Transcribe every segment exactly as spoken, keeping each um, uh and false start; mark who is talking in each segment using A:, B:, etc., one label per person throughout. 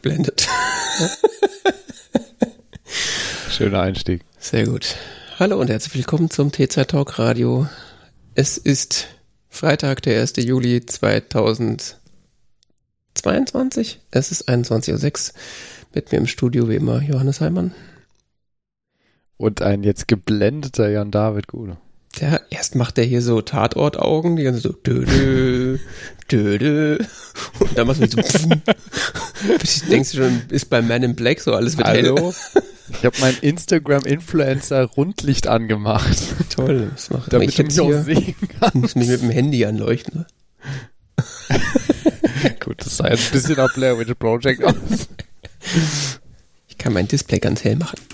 A: ausgeblendet.
B: Schöner Einstieg.
A: Sehr gut. Hallo und herzlich willkommen zum T zwei Talk Radio. Es ist Freitag, der erster Juli zweitausendzweiundzwanzig. Es ist einundzwanzig Uhr sechs. Mit mir im Studio wie immer Johannes Heimann.
B: Und ein jetzt geblendeter Jan-David Gude.
A: Ja, erst macht er hier so Tatortaugen, die ganze so dödö, dödö. Und dann macht er so pfum. Denkst du schon, ist bei Man in Black so alles mit
B: Hallo? Ich habe meinen Instagram-Influencer Rundlicht angemacht.
A: Toll, das macht
B: damit
A: ich
B: du mich auch sehen kannst.
A: Ich muss mich mit dem Handy anleuchten.
B: Gut, das sah jetzt ein bisschen auf Blair Witch Project aus.
A: Ich kann mein Display ganz hell machen.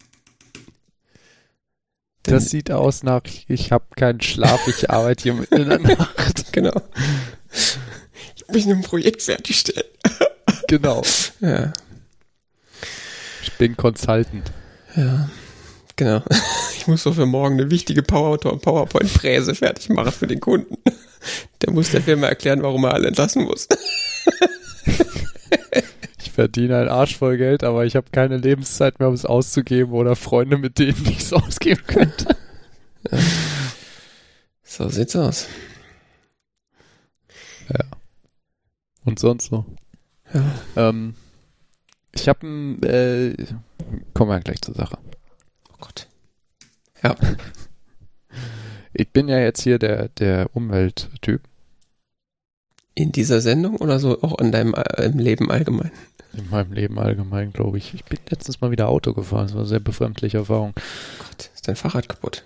B: Das Denn, sieht aus nach, ich habe keinen Schlaf, ich arbeite hier mitten in der Nacht.
A: Genau. Ich muss ein Projekt fertigstellen.
B: Genau.
A: Ja.
B: Ich bin Consultant.
A: Ja, genau. Ich muss so für morgen eine wichtige PowerPoint-Präse fertig machen für den Kunden. Der muss der Firma erklären, warum er alle entlassen muss.
B: Ich verdiene einen Arsch voll Geld, aber ich habe keine Lebenszeit mehr, um es auszugeben oder Freunde, mit denen ich es ausgeben könnte.
A: Ja. So sieht's aus.
B: Ja. Und sonst so.
A: Ja.
B: Ähm, ich habe ein, äh, kommen wir gleich zur Sache.
A: Oh Gott. Ja.
B: Ich bin ja jetzt hier der, der Umwelttyp.
A: In dieser Sendung oder so auch in deinem äh, im Leben allgemein?
B: In meinem Leben allgemein, glaube ich. Ich bin letztens mal wieder Auto gefahren. Das war eine sehr befremdliche Erfahrung.
A: Gott, ist dein Fahrrad kaputt?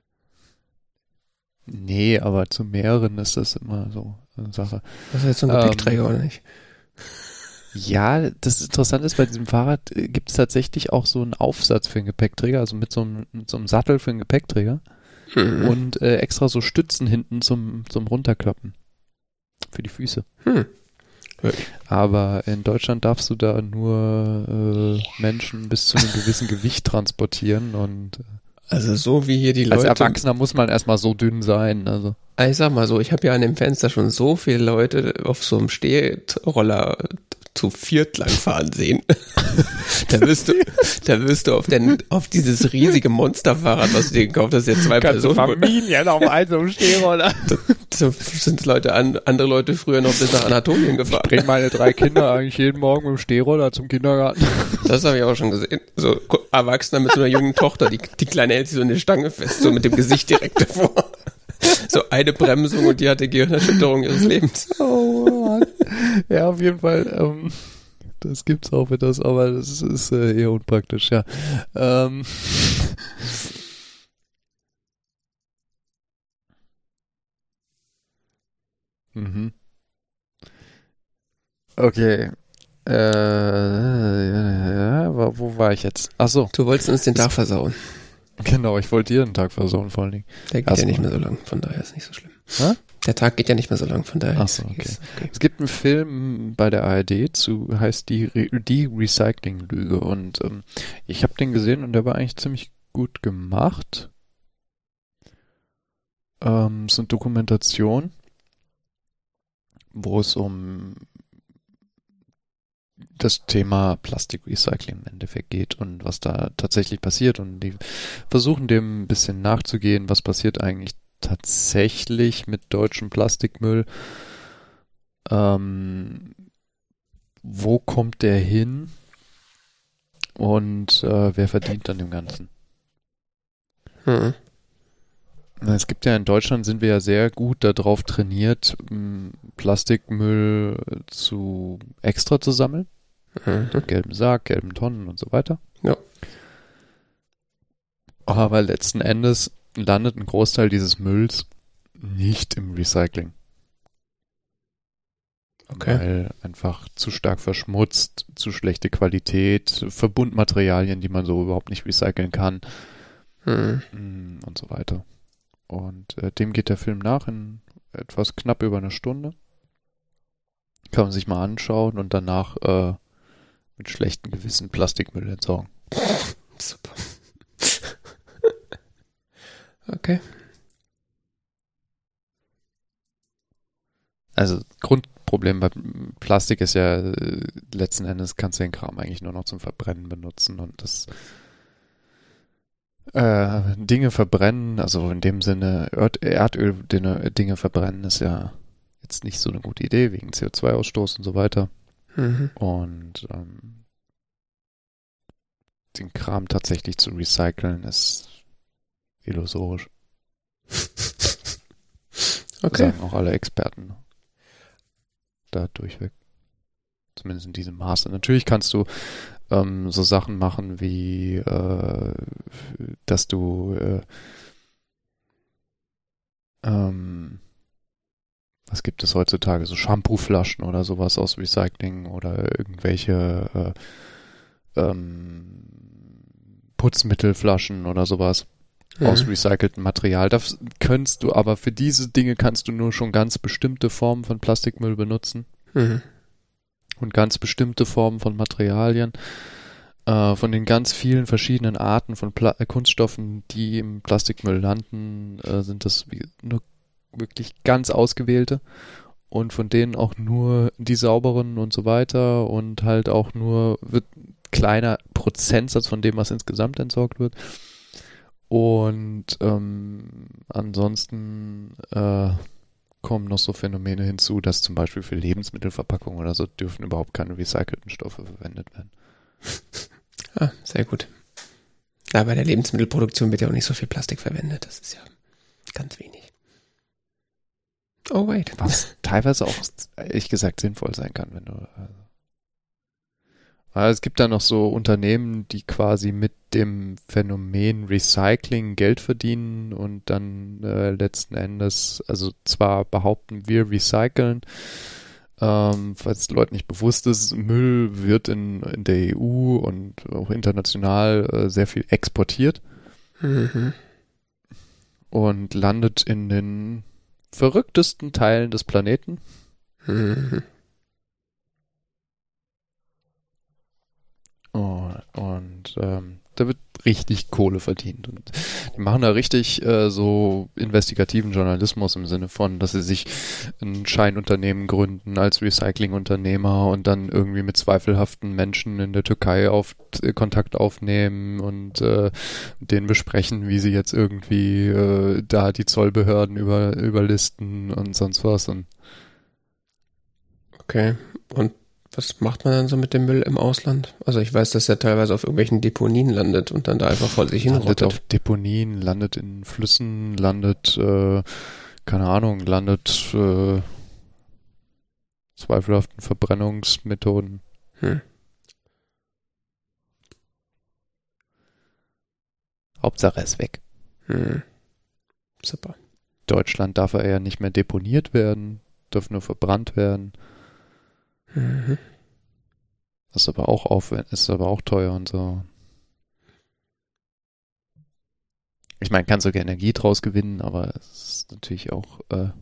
B: Nee, aber zu mehreren ist das immer so eine Sache.
A: Das ist jetzt so ein Gepäckträger, ähm, oder nicht?
B: Ja, das Interessante ist, bei diesem Fahrrad gibt es tatsächlich auch so einen Aufsatz für einen Gepäckträger, also mit so einem, mit so einem Sattel für einen Gepäckträger mhm. und äh, extra so Stützen hinten zum, zum Runterklappen. Für die Füße.
A: Hm.
B: Aber in Deutschland darfst du da nur äh, Menschen bis zu einem gewissen Gewicht transportieren und äh,
A: also so wie hier die Leute...
B: Als Erwachsener muss man erstmal so dünn sein. Also.
A: Ich sag mal so, ich habe ja an dem Fenster schon so viele Leute auf so einem Stehroller zu viert langfahren sehen. da wirst du, da wirst du auf, den, auf dieses riesige Monsterfahrrad, was du dir gekauft hast, jetzt zwei
B: Ganze
A: Personen.
B: Familien auf einem Stehroller.
A: So sind Leute an, andere Leute früher noch bis nach Anatolien gefahren.
B: Ich bringe meine drei Kinder eigentlich jeden Morgen mit dem Stehroller zum Kindergarten.
A: Das habe ich auch schon gesehen. So Erwachsener mit so einer jungen Tochter, die, die Kleine hält sich so eine Stange fest, so mit dem Gesicht direkt davor. So eine Bremsung und die hat die Gehirnerschütterung ihres Lebens.
B: Oh Mann. Ja, auf jeden Fall. Ähm, das gibt's auch für das, aber das ist, ist äh, eher unpraktisch, ja. Ähm. mhm. Okay. Äh, ja, ja, wo war ich jetzt? Ach so.
A: Du wolltest uns den Tag versauen.
B: Genau, ich wollte dir den Tag versauen, vor allen Dingen.
A: Der geht Erst ja nicht mehr so lang, von daher ist nicht so schlimm.
B: Hä?
A: Der Tag geht ja nicht mehr so lang, von daher.
B: Ach so, okay. okay. Es gibt einen Film bei der A R D zu, heißt die, Re- die Recycling-Lüge und ähm, ich habe den gesehen und der war eigentlich ziemlich gut gemacht. Ähm, es ist eine Dokumentation, wo es um das Thema Plastikrecycling im Endeffekt geht und was da tatsächlich passiert und die versuchen dem ein bisschen nachzugehen, was passiert eigentlich tatsächlich mit deutschem Plastikmüll, ähm, wo kommt der hin und äh, wer verdient an dem Ganzen.
A: Mhm.
B: Es gibt ja in Deutschland, sind wir ja sehr gut darauf trainiert, m, Plastikmüll zu extra zu sammeln.
A: Mhm.
B: Gelben Sack, gelben Tonnen und so weiter.
A: Ja.
B: Aber letzten Endes landet ein Großteil dieses Mülls nicht im Recycling.
A: Okay.
B: Weil einfach zu stark verschmutzt, zu schlechte Qualität, Verbundmaterialien, die man so überhaupt nicht recyceln kann
A: mhm.
B: und so weiter. Und äh, dem geht der Film nach in etwas knapp über eine Stunde. Kann man sich mal anschauen und danach äh, mit schlechtem Gewissen Plastikmüll entsorgen.
A: Super. Okay.
B: Also Grund, Problem bei Plastik ist ja, äh, letzten Endes kannst du den Kram eigentlich nur noch zum Verbrennen benutzen und das äh, Dinge verbrennen, also in dem Sinne Erd Erdöl Dinge, Dinge verbrennen ist ja jetzt nicht so eine gute Idee, wegen C O zwei Ausstoß und so weiter.
A: Mhm.
B: Und ähm, den Kram tatsächlich zu recyceln ist illusorisch.
A: Okay.
B: Sagen auch alle Experten da durchweg. Zumindest in diesem Maße. Natürlich kannst du ähm, so Sachen machen wie, äh, dass du äh, ähm, was gibt es heutzutage? So Shampooflaschen oder sowas aus Recycling oder irgendwelche äh, ähm, Putzmittelflaschen oder sowas. Mhm. Aus recyceltem Material. Das kannst du, aber für diese Dinge kannst du nur schon ganz bestimmte Formen von Plastikmüll benutzen.
A: Mhm.
B: Und ganz bestimmte Formen von Materialien. Äh, von den ganz vielen verschiedenen Arten von Pla- Kunststoffen, die im Plastikmüll landen, äh, sind das wie, nur wirklich ganz ausgewählte. Und von denen auch nur die sauberen und so weiter. Und halt auch nur wird kleiner Prozentsatz von dem, was insgesamt entsorgt wird. Und ähm, ansonsten äh, kommen noch so Phänomene hinzu, dass zum Beispiel für Lebensmittelverpackungen oder so dürfen überhaupt keine recycelten Stoffe verwendet werden.
A: Ah, sehr gut. Ja, bei der Lebensmittelproduktion wird ja auch nicht so viel Plastik verwendet. Das ist ja ganz wenig. Oh, wait.
B: Was teilweise auch, ehrlich gesagt, sinnvoll sein kann, wenn du... Also es gibt da noch so Unternehmen, die quasi mit dem Phänomen Recycling Geld verdienen und dann äh, letzten Endes, also zwar behaupten, wir recyceln, ähm, falls es Leuten nicht bewusst ist, Müll wird in, in der E U und auch international äh, sehr viel exportiert
A: mhm.
B: und landet in den verrücktesten Teilen des Planeten.
A: Mhm.
B: Oh, und ähm, da wird richtig Kohle verdient. Und die machen da richtig äh, so investigativen Journalismus im Sinne von, dass sie sich ein Scheinunternehmen gründen als Recyclingunternehmer und dann irgendwie mit zweifelhaften Menschen in der Türkei auf äh, Kontakt aufnehmen und äh, mit denen besprechen, wie sie jetzt irgendwie äh, da die Zollbehörden über, überlisten und sonst was. Und
A: okay, und was macht man dann so mit dem Müll im Ausland? Also ich weiß, dass er teilweise auf irgendwelchen Deponien landet und dann da einfach vor sich hin
B: landet auf Deponien, landet in Flüssen, landet, äh, keine Ahnung, landet äh, zweifelhaften Verbrennungsmethoden.
A: Hm.
B: Hauptsache er ist weg.
A: Hm. Super.
B: Deutschland darf er ja nicht mehr deponiert werden, darf nur verbrannt werden.
A: Mhm.
B: Das ist aber auch aufwendig, ist aber auch teuer und so. Ich meine, kannst sogar Energie draus gewinnen, aber es ist natürlich auch äh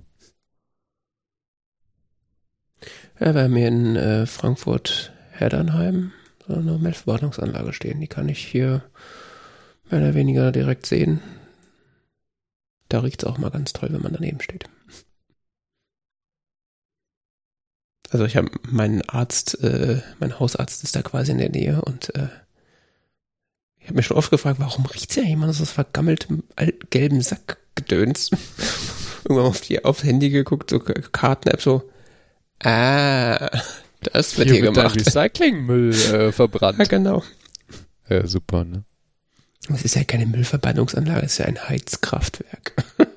A: ja, wir haben hier in äh, Frankfurt-Herdernheim so eine Müllverbrennungsanlage stehen. Die kann ich hier mehr oder weniger direkt sehen. Da riecht es auch mal ganz toll, wenn man daneben steht. Also ich habe meinen Arzt, äh, mein Hausarzt ist da quasi in der Nähe und äh, ich habe mich schon oft gefragt, warum riecht ja jemand so vergammeltem gelben Sackgedöns? Irgendwann auf die aufs Handy geguckt, so Karten-App so, ah, das wird hier, hier wird gemacht.
B: Recyclingmüll äh, verbrannt.
A: Ja, genau.
B: Ja, super, ne?
A: Es ist ja keine Müllverbrennungsanlage, es ist ja ein Heizkraftwerk.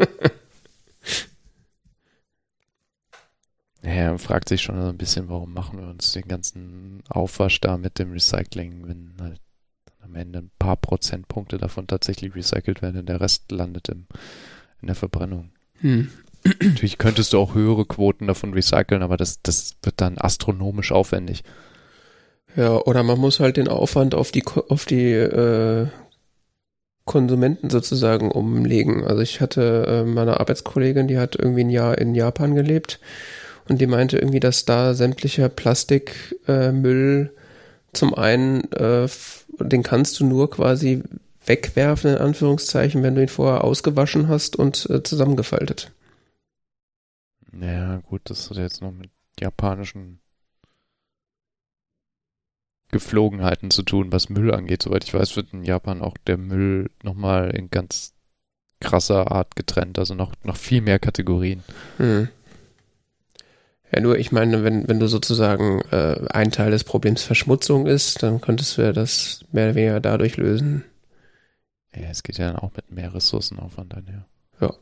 B: Ja, man fragt sich schon so ein bisschen, warum machen wir uns den ganzen Aufwasch da mit dem Recycling, wenn halt am Ende ein paar Prozentpunkte davon tatsächlich recycelt werden und der Rest landet im, in der Verbrennung.
A: Hm.
B: Natürlich könntest du auch höhere Quoten davon recyceln, aber das, das wird dann astronomisch aufwendig.
A: Ja, oder man muss halt den Aufwand auf die, auf die äh, Konsumenten sozusagen umlegen. Also ich hatte äh, meine Arbeitskollegin, die hat irgendwie ein Jahr in Japan gelebt. Und die meinte irgendwie, dass da sämtlicher Plastikmüll äh, zum einen, äh, den kannst du nur quasi wegwerfen, in Anführungszeichen, wenn du ihn vorher ausgewaschen hast und äh, zusammengefaltet.
B: Ja, gut, das hat jetzt noch mit japanischen Geflogenheiten zu tun, was Müll angeht. Soweit ich weiß, wird in Japan auch der Müll nochmal in ganz krasser Art getrennt, also noch, noch viel mehr Kategorien.
A: Hm. Ja, nur ich meine, wenn, wenn du sozusagen äh, ein Teil des Problems Verschmutzung ist, dann könntest du ja das mehr oder weniger dadurch lösen.
B: Ja, es geht ja dann auch mit mehr Ressourcenaufwand einher.
A: Ja.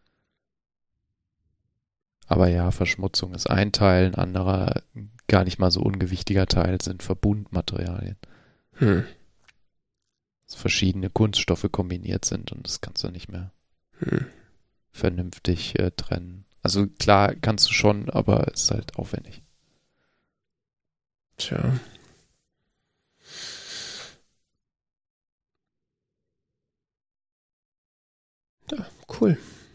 B: Aber ja, Verschmutzung ist ein Teil, ein anderer, gar nicht mal so ungewichtiger Teil sind Verbundmaterialien.
A: Hm.
B: Dass verschiedene Kunststoffe kombiniert sind und das kannst du nicht mehr
A: hm.
B: vernünftig äh, trennen. Also klar kannst du schon, aber es ist halt aufwendig.
A: Tja. Ja, cool.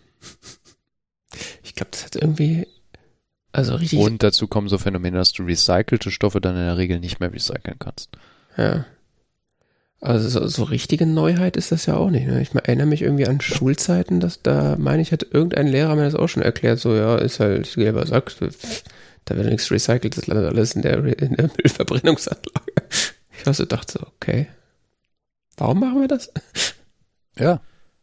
A: Ich glaube, das hat irgendwie, also richtig.
B: Und dazu kommen so Phänomene, dass du recycelte Stoffe dann in der Regel nicht mehr recyceln kannst.
A: Ja. Also so, so richtige Neuheit ist das ja auch nicht. Ne? Ich erinnere mich irgendwie an Schulzeiten, dass da, meine ich, hat irgendein Lehrer mir das auch schon erklärt, so, ja, ist halt gelber Sack, da wird nichts recycelt, das landet alles in der, in der Müllverbrennungsanlage. Ich also dachte so, okay, warum machen wir das?
B: Ja.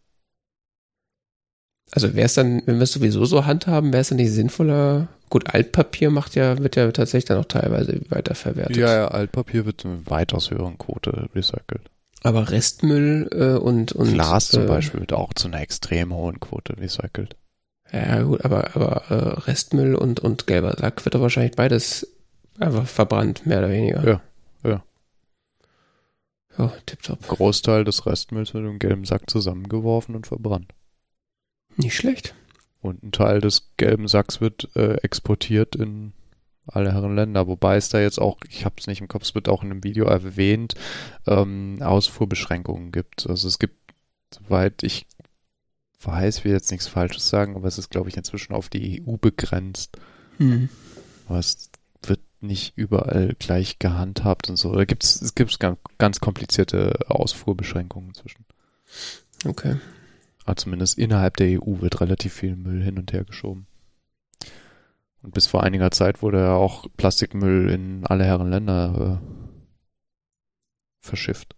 A: Also wäre es dann, wenn wir es sowieso so handhaben, wäre es dann nicht sinnvoller? Gut, Altpapier macht ja, wird ja tatsächlich dann auch teilweise weiterverwertet.
B: Ja, ja, Altpapier wird in weitaus höheren Quote recycelt.
A: Aber Restmüll äh, und, und
B: Glas zum
A: äh,
B: Beispiel wird auch zu einer extrem hohen Quote recycelt.
A: Ja gut, aber, aber äh, Restmüll und, und gelber Sack wird doch wahrscheinlich beides einfach verbrannt, mehr oder weniger.
B: Ja, ja.
A: Ja, tipptopp.
B: Großteil des Restmülls wird im gelben Sack zusammengeworfen und verbrannt.
A: Nicht schlecht.
B: Und ein Teil des gelben Sacks wird äh, exportiert in alle Herren Länder. Wobei es da jetzt auch, ich habe es nicht im Kopf, es wird auch in einem Video erwähnt, ähm, Ausfuhrbeschränkungen gibt. Also es gibt, soweit ich weiß, ich will jetzt nichts Falsches sagen, aber es ist, glaube ich, inzwischen auf die E U begrenzt.
A: Hm.
B: Aber es wird nicht überall gleich gehandhabt und so. Da gibt es, es gibt ganz, ganz komplizierte Ausfuhrbeschränkungen inzwischen.
A: Okay.
B: Aber zumindest innerhalb der E U wird relativ viel Müll hin und her geschoben. Und bis vor einiger Zeit wurde ja auch Plastikmüll in alle Herren Länder äh, verschifft.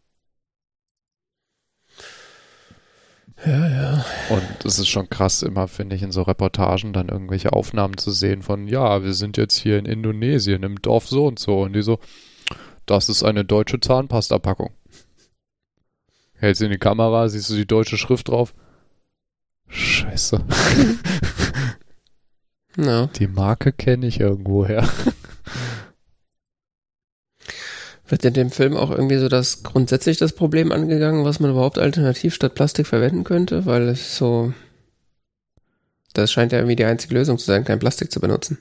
A: Ja, ja.
B: Und es ist schon krass, immer, finde ich, in so Reportagen dann irgendwelche Aufnahmen zu sehen von, ja, wir sind jetzt hier in Indonesien, im Dorf so und so. Und die so, das ist eine deutsche Zahnpastapackung. Hältst du in die Kamera, siehst du die deutsche Schrift drauf. Scheiße.
A: No.
B: Die Marke kenne ich irgendwoher.
A: Wird in dem Film auch irgendwie so das grundsätzlich das Problem angegangen, was man überhaupt alternativ statt Plastik verwenden könnte? Weil es so, das scheint ja irgendwie die einzige Lösung zu sein, kein Plastik zu benutzen.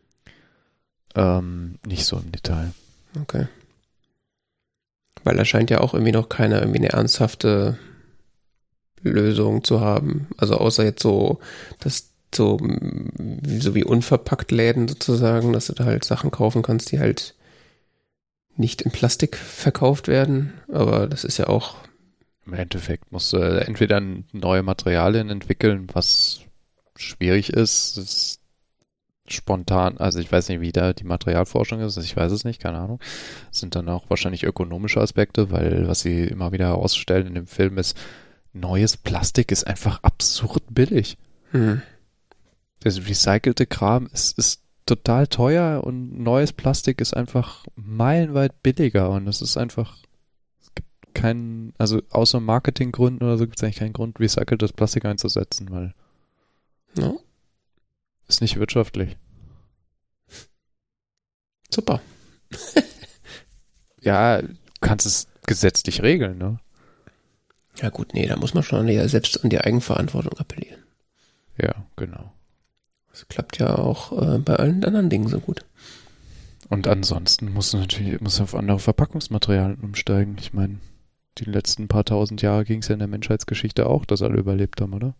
B: Ähm, nicht so im Detail.
A: Okay. Weil da scheint ja auch irgendwie noch keiner irgendwie eine ernsthafte Lösung zu haben. Also außer jetzt so, dass so, so wie unverpackt Läden sozusagen, dass du da halt Sachen kaufen kannst, die halt nicht in Plastik verkauft werden. Aber das ist ja auch...
B: Im Endeffekt musst du entweder neue Materialien entwickeln, was schwierig ist. Das ist spontan, also ich weiß nicht, wie da die Materialforschung ist, ich weiß es nicht, keine Ahnung. Das sind dann auch wahrscheinlich ökonomische Aspekte, weil was sie immer wieder herausstellen in dem Film ist, neues Plastik ist einfach absurd billig.
A: Hm.
B: Das recycelte Kram ist, ist total teuer und neues Plastik ist einfach meilenweit billiger und das ist einfach, es gibt keinen, also außer Marketinggründen oder so gibt es eigentlich keinen Grund, recyceltes Plastik einzusetzen, weil
A: no.
B: ist nicht wirtschaftlich.
A: Super.
B: Ja, du kannst es gesetzlich regeln, ne?
A: Ja gut, nee, da muss man schon ja selbst an die Eigenverantwortung appellieren.
B: Ja, genau.
A: Das klappt ja auch äh, bei allen anderen Dingen so gut.
B: Und ansonsten musst du natürlich musst du auf andere Verpackungsmaterialien umsteigen. Ich meine, die letzten paar tausend Jahre ging es ja in der Menschheitsgeschichte auch, dass alle überlebt haben, oder?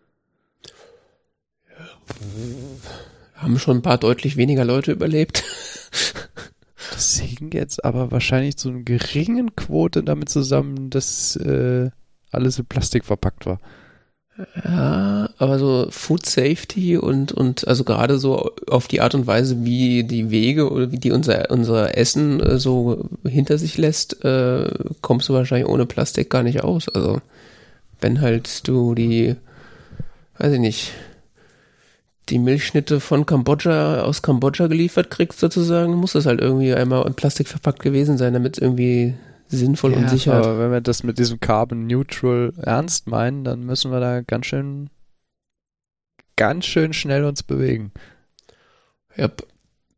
A: Ja. Haben schon ein paar deutlich weniger Leute überlebt.
B: Das hing jetzt aber wahrscheinlich zu einer geringen Quote damit zusammen, dass äh, alles in Plastik verpackt war.
A: Ja, aber so Food Safety und, und also gerade so auf die Art und Weise, wie die Wege oder wie die unser, unser Essen äh, so hinter sich lässt, äh, kommst du wahrscheinlich ohne Plastik gar nicht aus. Also wenn halt du die, weiß ich nicht, die Milchschnitte von Kambodscha aus Kambodscha geliefert kriegst sozusagen, muss das halt irgendwie einmal in Plastik verpackt gewesen sein, damit es irgendwie sinnvoll
B: ja,
A: und sicher.
B: Aber wenn wir das mit diesem Carbon Neutral ernst meinen, dann müssen wir da ganz schön, ganz schön schnell uns bewegen.
A: Yep.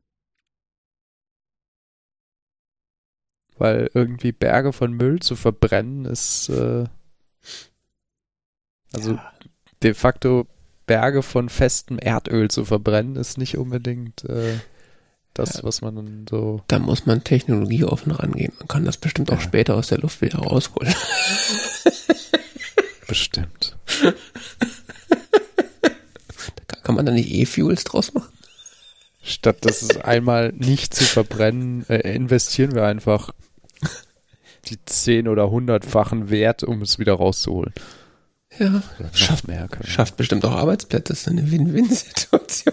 B: Weil irgendwie Berge von Müll zu verbrennen ist, äh, also ja. de facto Berge von festem Erdöl zu verbrennen, ist nicht unbedingt äh, das, ja, was man dann so...
A: Da muss man technologieoffen rangehen. Man kann das bestimmt auch ja. später aus der Luft wieder rausholen.
B: Bestimmt.
A: Da kann man dann nicht E-Fuels draus machen?
B: Statt das einmal nicht zu verbrennen, äh, investieren wir einfach die zehn- oder hundertfachen Wert, um es wieder rauszuholen.
A: Ja, schafft, mehr schafft bestimmt auch Arbeitsplätze. Das ist eine Win-Win-Situation.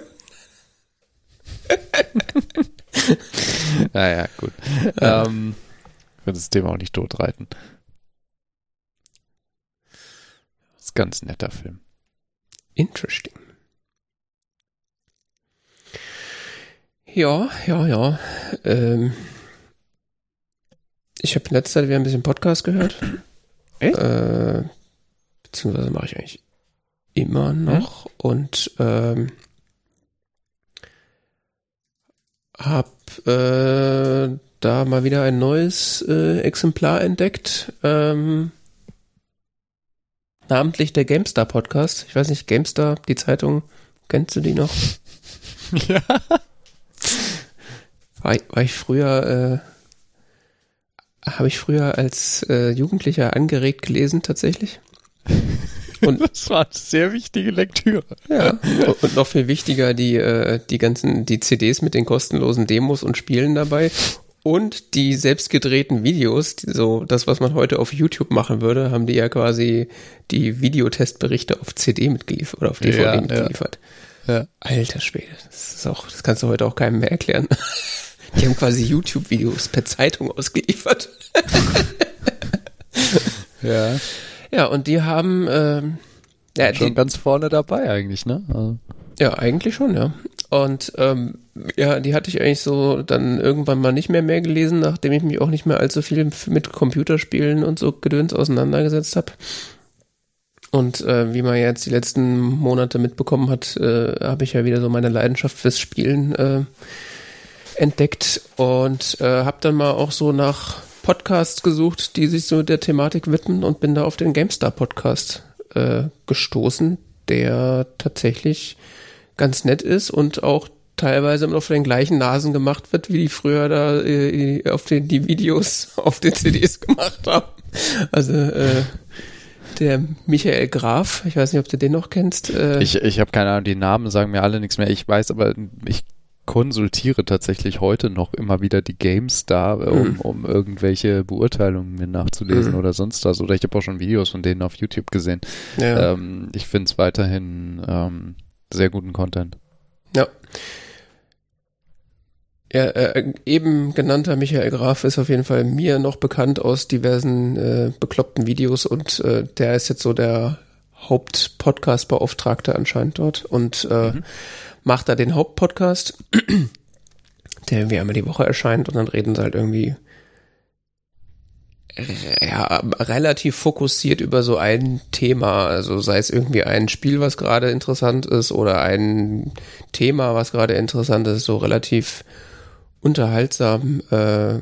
B: Naja, gut. Ja. Ähm, ich will das Thema auch nicht totreiten. Das ist ein ganz netter Film.
A: Interesting. Ja, ja, ja. Ähm, ich habe in letzter Zeit wieder ein bisschen Podcast gehört.
B: Echt?
A: Äh, beziehungsweise mache ich eigentlich immer noch. Hm? Und ähm, hab äh, da mal wieder ein neues äh, Exemplar entdeckt. Ähm, namentlich der GameStar Podcast. Ich weiß nicht, GameStar, die Zeitung, kennst du die noch?
B: Ja.
A: War, war ich früher, äh, habe ich früher als äh, Jugendlicher angeregt gelesen, tatsächlich.
B: Und das war eine sehr wichtige Lektüre.
A: Ja, und noch viel wichtiger, die, äh, die ganzen, die C Ds mit den kostenlosen Demos und Spielen dabei und die selbst gedrehten Videos, die, so das, was man heute auf YouTube machen würde, haben die ja quasi die Videotestberichte auf C D mitgeliefert oder auf D V D
B: ja,
A: mitgeliefert.
B: Ja. Ja.
A: Alter Schwede, das ist auch, das kannst du heute auch keinem mehr erklären. Die haben quasi YouTube-Videos per Zeitung ausgeliefert.
B: Ja.
A: Ja, und die haben ähm, ja,
B: schon
A: die,
B: ganz vorne dabei eigentlich, ne? Also.
A: Ja, eigentlich schon, ja. Und ähm, ja, die hatte ich eigentlich so dann irgendwann mal nicht mehr mehr gelesen, nachdem ich mich auch nicht mehr allzu viel mit Computerspielen und so Gedöns auseinandergesetzt habe. Und äh, wie man jetzt die letzten Monate mitbekommen hat, äh, habe ich ja wieder so meine Leidenschaft fürs Spielen äh, entdeckt und äh, habe dann mal auch so nach Podcasts gesucht, die sich so der Thematik widmen und bin da auf den GameStar Podcast äh, gestoßen, der tatsächlich ganz nett ist und auch teilweise immer noch von den gleichen Nasen gemacht wird, wie die früher da äh, auf den die Videos auf den C Ds gemacht haben. Also äh, der Michael Graf, ich weiß nicht, ob du den noch kennst. Äh,
B: ich ich habe keine Ahnung, die Namen sagen mir alle nichts mehr. Ich weiß aber, ich konsultiere tatsächlich heute noch immer wieder die GameStar, um, mhm. um irgendwelche Beurteilungen mir nachzulesen mhm. oder sonst was. Oder ich habe auch schon Videos von denen auf YouTube gesehen. Ja. Ähm, ich finde es weiterhin ähm, sehr guten Content.
A: Ja. Ja, äh, eben genannter Michael Graf ist auf jeden Fall mir noch bekannt aus diversen äh, bekloppten Videos und äh, der ist jetzt so der Haupt-Podcast-Beauftragte anscheinend dort und äh, mhm. macht da den Hauptpodcast, der irgendwie einmal die Woche erscheint und dann reden sie halt irgendwie äh, ja, relativ fokussiert über so ein Thema, also sei es irgendwie ein Spiel, was gerade interessant ist oder ein Thema, was gerade interessant ist, so relativ unterhaltsam, äh,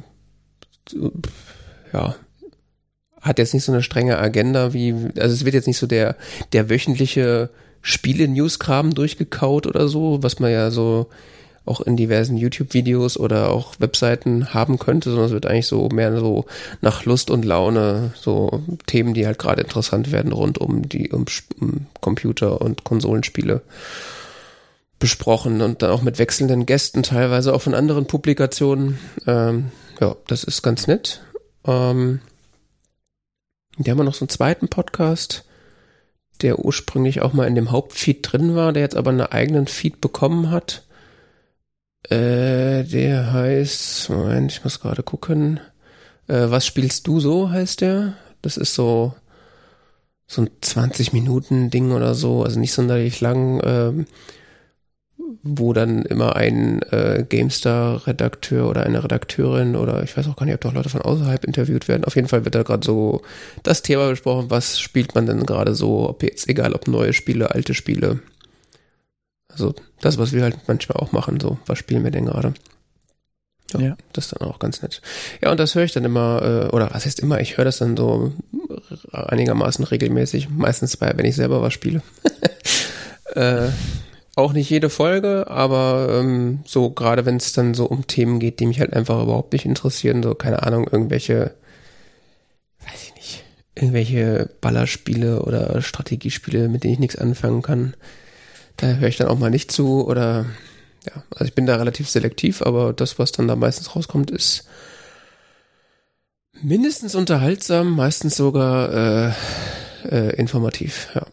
A: ja, hat jetzt nicht so eine strenge Agenda wie, also es wird jetzt nicht so der, der wöchentliche Spiele-News-Kram durchgekaut oder so, was man ja so auch in diversen YouTube-Videos oder auch Webseiten haben könnte, sondern es wird eigentlich so mehr so nach Lust und Laune, so Themen, die halt gerade interessant werden rund um die um, um Computer- und Konsolenspiele besprochen und dann auch mit wechselnden Gästen, teilweise auch von anderen Publikationen. Ähm, ja, das ist ganz nett. Ähm, die haben wir noch so einen zweiten Podcast, der ursprünglich auch mal in dem Hauptfeed drin war, der jetzt aber einen eigenen Feed bekommen hat. Äh, der heißt, Moment, ich muss gerade gucken. Äh, was spielst du so, heißt der? Das ist so so ein zwanzig Minuten Ding oder so, also nicht sonderlich lang, ähm, wo dann immer ein äh, GameStar-Redakteur oder eine Redakteurin oder ich weiß auch gar nicht, ob doch Leute von außerhalb interviewt werden. Auf jeden Fall wird da gerade so das Thema besprochen, was spielt man denn gerade so, ob jetzt, egal ob neue Spiele, alte Spiele. Also das, was wir halt manchmal auch machen, so, was spielen wir denn gerade? Ja, ja, das ist dann auch ganz nett. Ja, und das höre ich dann immer, äh, oder was heißt immer, ich höre das dann so einigermaßen regelmäßig, meistens bei, wenn ich selber was spiele. äh, auch nicht jede Folge, aber ähm, so gerade wenn es dann so um Themen geht, die mich halt einfach überhaupt nicht interessieren, so keine Ahnung, irgendwelche, weiß ich nicht, irgendwelche Ballerspiele oder Strategiespiele, mit denen ich nichts anfangen kann, da höre ich dann auch mal nicht zu oder ja, also ich bin da relativ selektiv, aber das, was dann da meistens rauskommt, ist mindestens unterhaltsam, meistens sogar äh, äh, informativ, ja.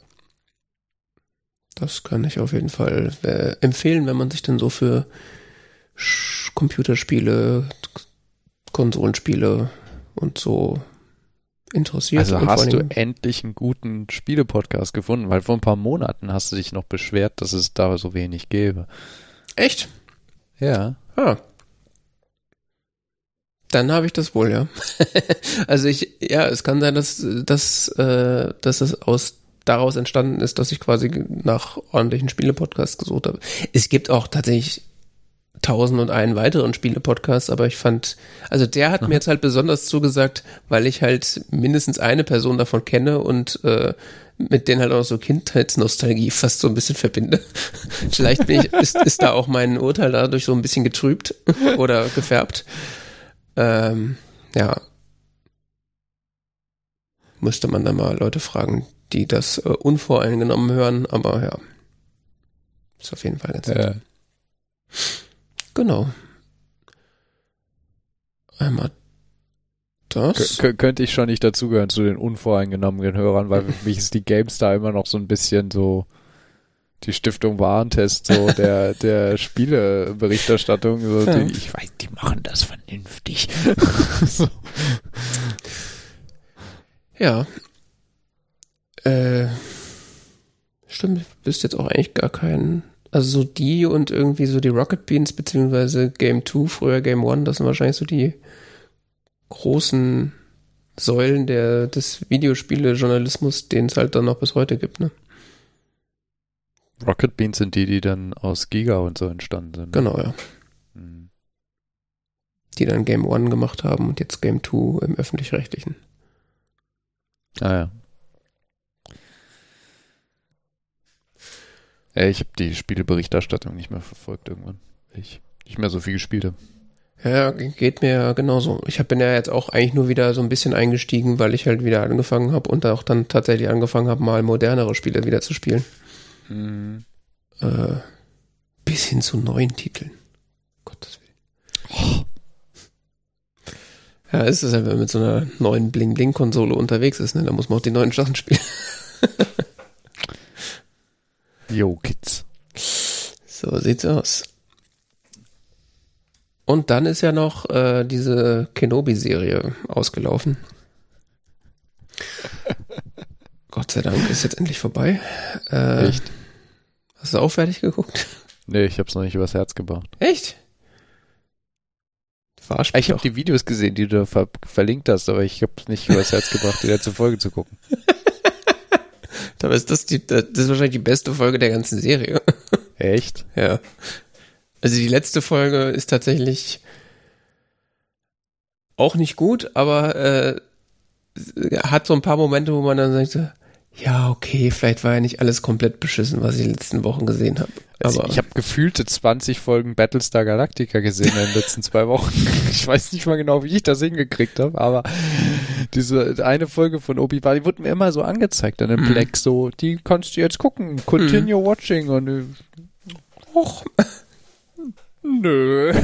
A: Das kann ich auf jeden Fall äh, empfehlen, wenn man sich dann so für Sch- Computerspiele, Konsolenspiele und so interessiert.
B: Also
A: und
B: hast du endlich einen guten Spiele-Podcast gefunden, weil vor ein paar Monaten hast du dich noch beschwert, dass es da so wenig gäbe. Echt? Ja.
A: Ah. Dann habe ich das wohl, ja. Also ich, ja, es kann sein, dass, dass, äh, dass es aus daraus entstanden ist, dass ich quasi nach ordentlichen Spiele-Podcasts gesucht habe. Es gibt auch tatsächlich tausend und einen weiteren Spiele-Podcasts, aber ich fand, also der hat Aha. mir jetzt halt besonders zugesagt, weil ich halt mindestens eine Person davon kenne und äh, mit denen halt auch so Kindheitsnostalgie fast so ein bisschen verbinde. Vielleicht bin ich, ist, ist da auch mein Urteil dadurch so ein bisschen getrübt oder gefärbt. Ähm, ja. Müsste man da mal Leute fragen, die das äh, unvoreingenommen hören, aber ja. Ist auf jeden Fall ganz nett. Ja. Genau. Einmal das.
B: K- könnte ich schon nicht dazugehören zu den unvoreingenommenen Hörern, weil für mich ist die GameStar immer noch so ein bisschen so die Stiftung Warentest, so der, der Spieleberichterstattung. So
A: ja.
B: die, ich weiß, die machen das vernünftig. so.
A: Ja. Äh, stimmt, bist jetzt auch eigentlich gar kein, also so die und irgendwie so die Rocket Beans beziehungsweise Game zwei, früher Game One, das sind wahrscheinlich so die großen Säulen der, des Videospiele-Journalismus, den es halt dann noch bis heute gibt, ne?
B: Rocket Beans sind die, die dann aus Giga und so entstanden sind.
A: Genau, ja. Hm. Die dann Game One gemacht haben und jetzt Game zwei im Öffentlich-Rechtlichen.
B: Ah ja. Ey, ich habe die Spieleberichterstattung nicht mehr verfolgt irgendwann. Ich nicht mehr so viel gespielt habe.
A: Ja, geht mir ja genauso. Ich bin ja jetzt auch eigentlich nur wieder so ein bisschen eingestiegen, weil ich halt wieder angefangen habe und auch dann tatsächlich angefangen habe, mal modernere Spiele wieder zu spielen. Hm. Äh, bis hin zu neuen Titeln. Gottes Willen. Oh. Ja, ist es ja, wenn man mit so einer neuen Bling-Bling-Konsole unterwegs ist, ne? Da muss man auch die neuen Sachen spielen.
B: Yo, Kids.
A: So sieht's aus. Und dann ist ja noch äh, diese Kenobi-Serie ausgelaufen. Gott sei Dank ist jetzt endlich vorbei. Äh,
B: Echt?
A: Hast du auch fertig geguckt?
B: Nee, ich hab's noch nicht übers Herz gebracht.
A: Echt?
B: Verarsch mich. Ich habe die Videos gesehen, die du ver- verlinkt hast, aber ich hab's nicht übers Herz gebracht, die letzte Folge zu gucken.
A: Aber ist das, die, das ist wahrscheinlich die beste Folge der ganzen Serie.
B: Echt?
A: Ja. Also die letzte Folge ist tatsächlich auch nicht gut, aber äh, hat so ein paar Momente, wo man dann sagt, so, ja, okay, vielleicht war ja nicht alles komplett beschissen, was ich in den letzten Wochen gesehen habe.
B: Also ich habe gefühlte zwanzig Folgen Battlestar Galactica gesehen in den letzten zwei Wochen. Ich weiß nicht mal genau, wie ich das hingekriegt habe, aber diese eine Folge von Obi-Wan, die wurde mir immer so angezeigt an dem mm. Plex, so, die kannst du jetzt gucken, continue mm. watching und och, nö.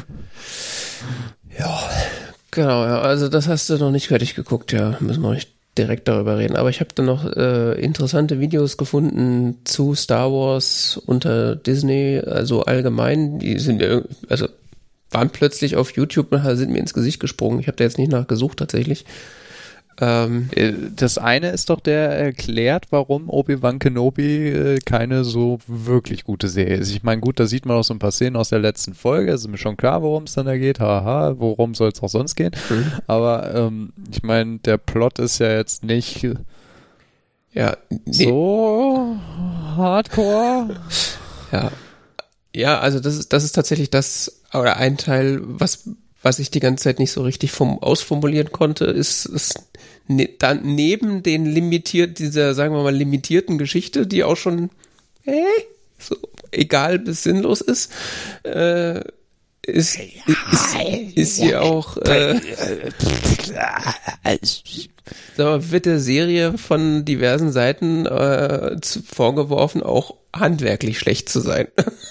A: Ja, genau, ja, also das hast du noch nicht fertig geguckt, ja, müssen wir euch direkt darüber reden. Aber ich habe dann noch äh, interessante Videos gefunden zu Star Wars unter Disney, also allgemein. Die sind also waren plötzlich auf YouTube und sind mir ins Gesicht gesprungen. Ich habe da jetzt nicht nachgesucht tatsächlich. Ähm,
B: das eine ist doch, der erklärt, warum Obi-Wan Kenobi äh, keine so wirklich gute Serie ist. Ich meine, gut, da sieht man auch so ein paar Szenen aus der letzten Folge. Es ist mir schon klar, worum es dann da geht. Haha, worum soll es auch sonst gehen? Mhm. Aber ähm, ich meine, der Plot ist ja jetzt nicht
A: ja, nee.
B: so hardcore.
A: Ja, ja, also das ist das ist tatsächlich das oder ein Teil, was was ich die ganze Zeit nicht so richtig vom, ausformulieren konnte, ist, ist ne, dann neben den limitiert, dieser, sagen wir mal, limitierten Geschichte, die auch schon äh, so egal bis sinnlos ist, äh, ist, ist, ist hier auch äh, sag mal, wird der Serie von diversen Seiten äh, vorgeworfen, auch handwerklich schlecht zu sein.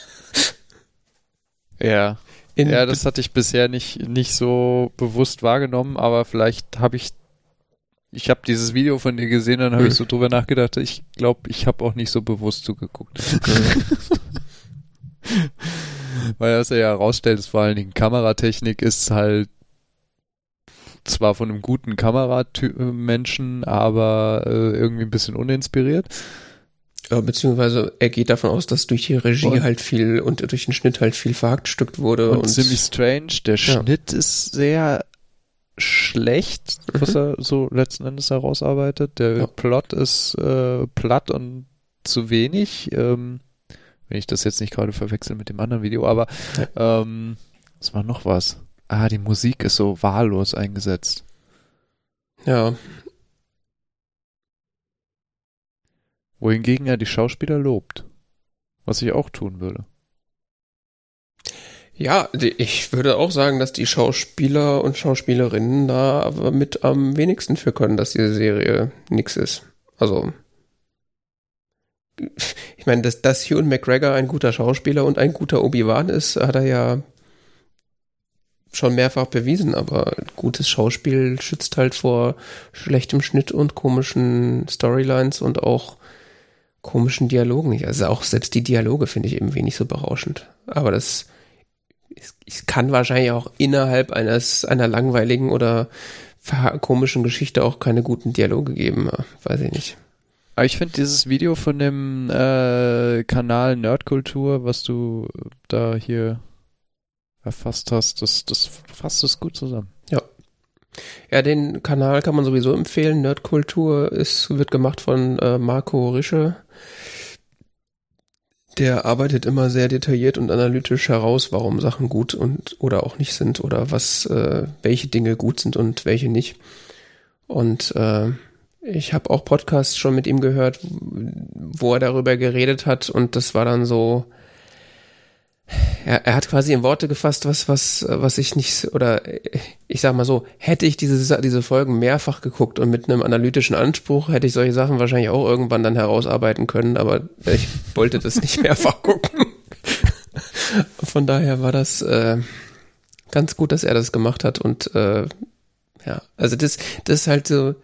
B: Ja. In ja, das hatte ich bisher nicht, nicht so bewusst wahrgenommen, aber vielleicht habe ich, ich habe dieses Video von dir gesehen, dann habe mhm. ich so drüber nachgedacht, ich glaube, ich habe auch nicht so bewusst zugeguckt. Weil was er ja herausstellt, ist vor allen Dingen Kameratechnik ist halt zwar von einem guten Kameramenschen, aber äh, irgendwie ein bisschen uninspiriert.
A: Ja, beziehungsweise er geht davon aus, dass durch die Regie und halt viel und durch den Schnitt halt viel verhackstückt wurde.
B: Und, und ziemlich strange. Der ja. Schnitt ist sehr schlecht, was mhm. er so letzten Endes herausarbeitet. Der ja. Plot ist äh, platt und zu wenig. Ähm, wenn ich das jetzt nicht gerade verwechsel mit dem anderen Video, aber ja. ähm, es war noch was. Ah, die Musik ist so wahllos eingesetzt.
A: Ja.
B: Wohingegen er die Schauspieler lobt. Was ich auch tun würde.
A: Ja, ich würde auch sagen, dass die Schauspieler und Schauspielerinnen da aber mit am wenigsten für können, dass diese Serie nix ist. Also, ich meine, dass, dass Ewan McGregor ein guter Schauspieler und ein guter Obi-Wan ist, hat er ja schon mehrfach bewiesen, aber gutes Schauspiel schützt halt vor schlechtem Schnitt und komischen Storylines und auch komischen Dialogen nicht. Also auch selbst die Dialoge finde ich irgendwie nicht so berauschend. Aber das es kann wahrscheinlich auch innerhalb eines einer langweiligen oder komischen Geschichte auch keine guten Dialoge geben. Weiß ich nicht.
B: Aber ich finde dieses Video von dem äh, Kanal Nerdkultur, was du da hier erfasst hast, das, das fasst es gut zusammen.
A: Ja. Ja, den Kanal kann man sowieso empfehlen. Nerdkultur ist, wird gemacht von äh, Marco Rische. Der arbeitet immer sehr detailliert und analytisch heraus, warum Sachen gut und oder auch nicht sind oder was, äh, welche Dinge gut sind und welche nicht. Und äh, ich habe auch Podcasts schon mit ihm gehört, wo er darüber geredet hat und das war dann so, ja, er hat quasi in Worte gefasst, was, was, was ich nicht, oder ich sag mal so, hätte ich diese, diese Folgen mehrfach geguckt und mit einem analytischen Anspruch, hätte ich solche Sachen wahrscheinlich auch irgendwann dann herausarbeiten können, aber ich wollte das nicht mehrfach gucken. Von daher war das äh, ganz gut, dass er das gemacht hat und äh, ja, also das, das ist halt so,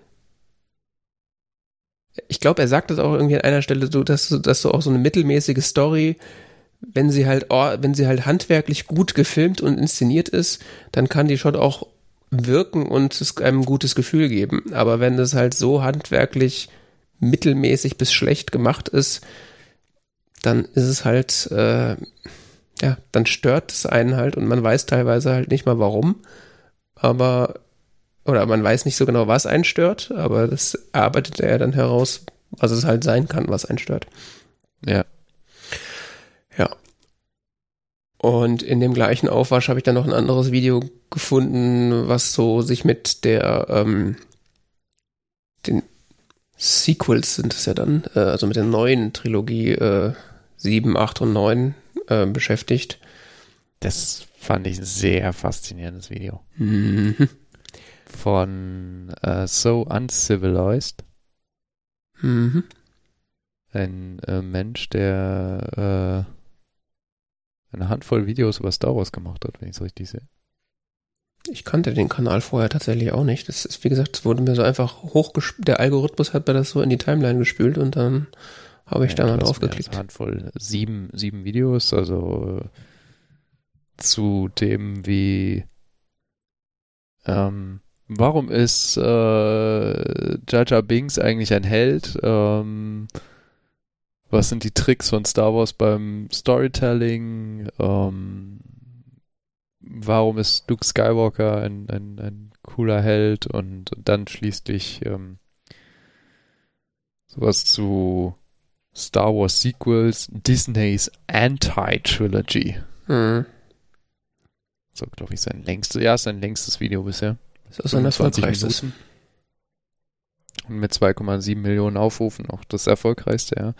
A: ich glaube, er sagt das auch irgendwie an einer Stelle, so, dass, dass du auch so eine mittelmäßige Story, wenn sie halt, wenn sie halt handwerklich gut gefilmt und inszeniert ist, dann kann die schon auch wirken und es einem ein gutes Gefühl geben. Aber wenn das halt so handwerklich mittelmäßig bis schlecht gemacht ist, dann ist es halt, äh, ja, dann stört es einen halt und man weiß teilweise halt nicht mal warum, aber, oder man weiß nicht so genau, was einen stört, aber das arbeitet er dann heraus, was es halt sein kann, was einen stört.
B: Ja.
A: Ja. Und in dem gleichen Aufwasch habe ich dann noch ein anderes Video gefunden, was so sich mit der, ähm, den Sequels sind es ja dann, äh, also mit der neuen Trilogie äh, sieben, acht und neun äh, beschäftigt.
B: Das fand ich ein sehr faszinierendes Video.
A: Mhm.
B: Von äh, So Uncivilized.
A: Mhm.
B: Ein äh, Mensch, der äh, eine Handvoll Videos über Star Wars gemacht hat, wenn ich es richtig sehe.
A: Ich kannte den Kanal vorher tatsächlich auch nicht. Das ist, wie gesagt, es wurde mir so einfach hochgespült. Der Algorithmus hat mir das so in die Timeline gespült und dann habe ich
B: ja,
A: da mal
B: das
A: drauf
B: ist mir
A: geklickt.
B: eine Handvoll, sieben, sieben Videos, also äh, zu dem, wie ähm, warum ist äh, Jar Jar Binks eigentlich ein Held? Ähm, was sind die Tricks von Star Wars beim Storytelling? Ähm, warum ist Luke Skywalker ein, ein, ein cooler Held? Und, und dann schließlich ähm, sowas zu Star Wars Sequels, Disneys Anti-Trilogy.
A: Mhm.
B: So, glaube ich, sein längstes, ja, sein längstes Video bisher.
A: Das ist ein erfolgreichstes.
B: Minuten. Und mit zwei Komma sieben Millionen Aufrufen auch das erfolgreichste, ja.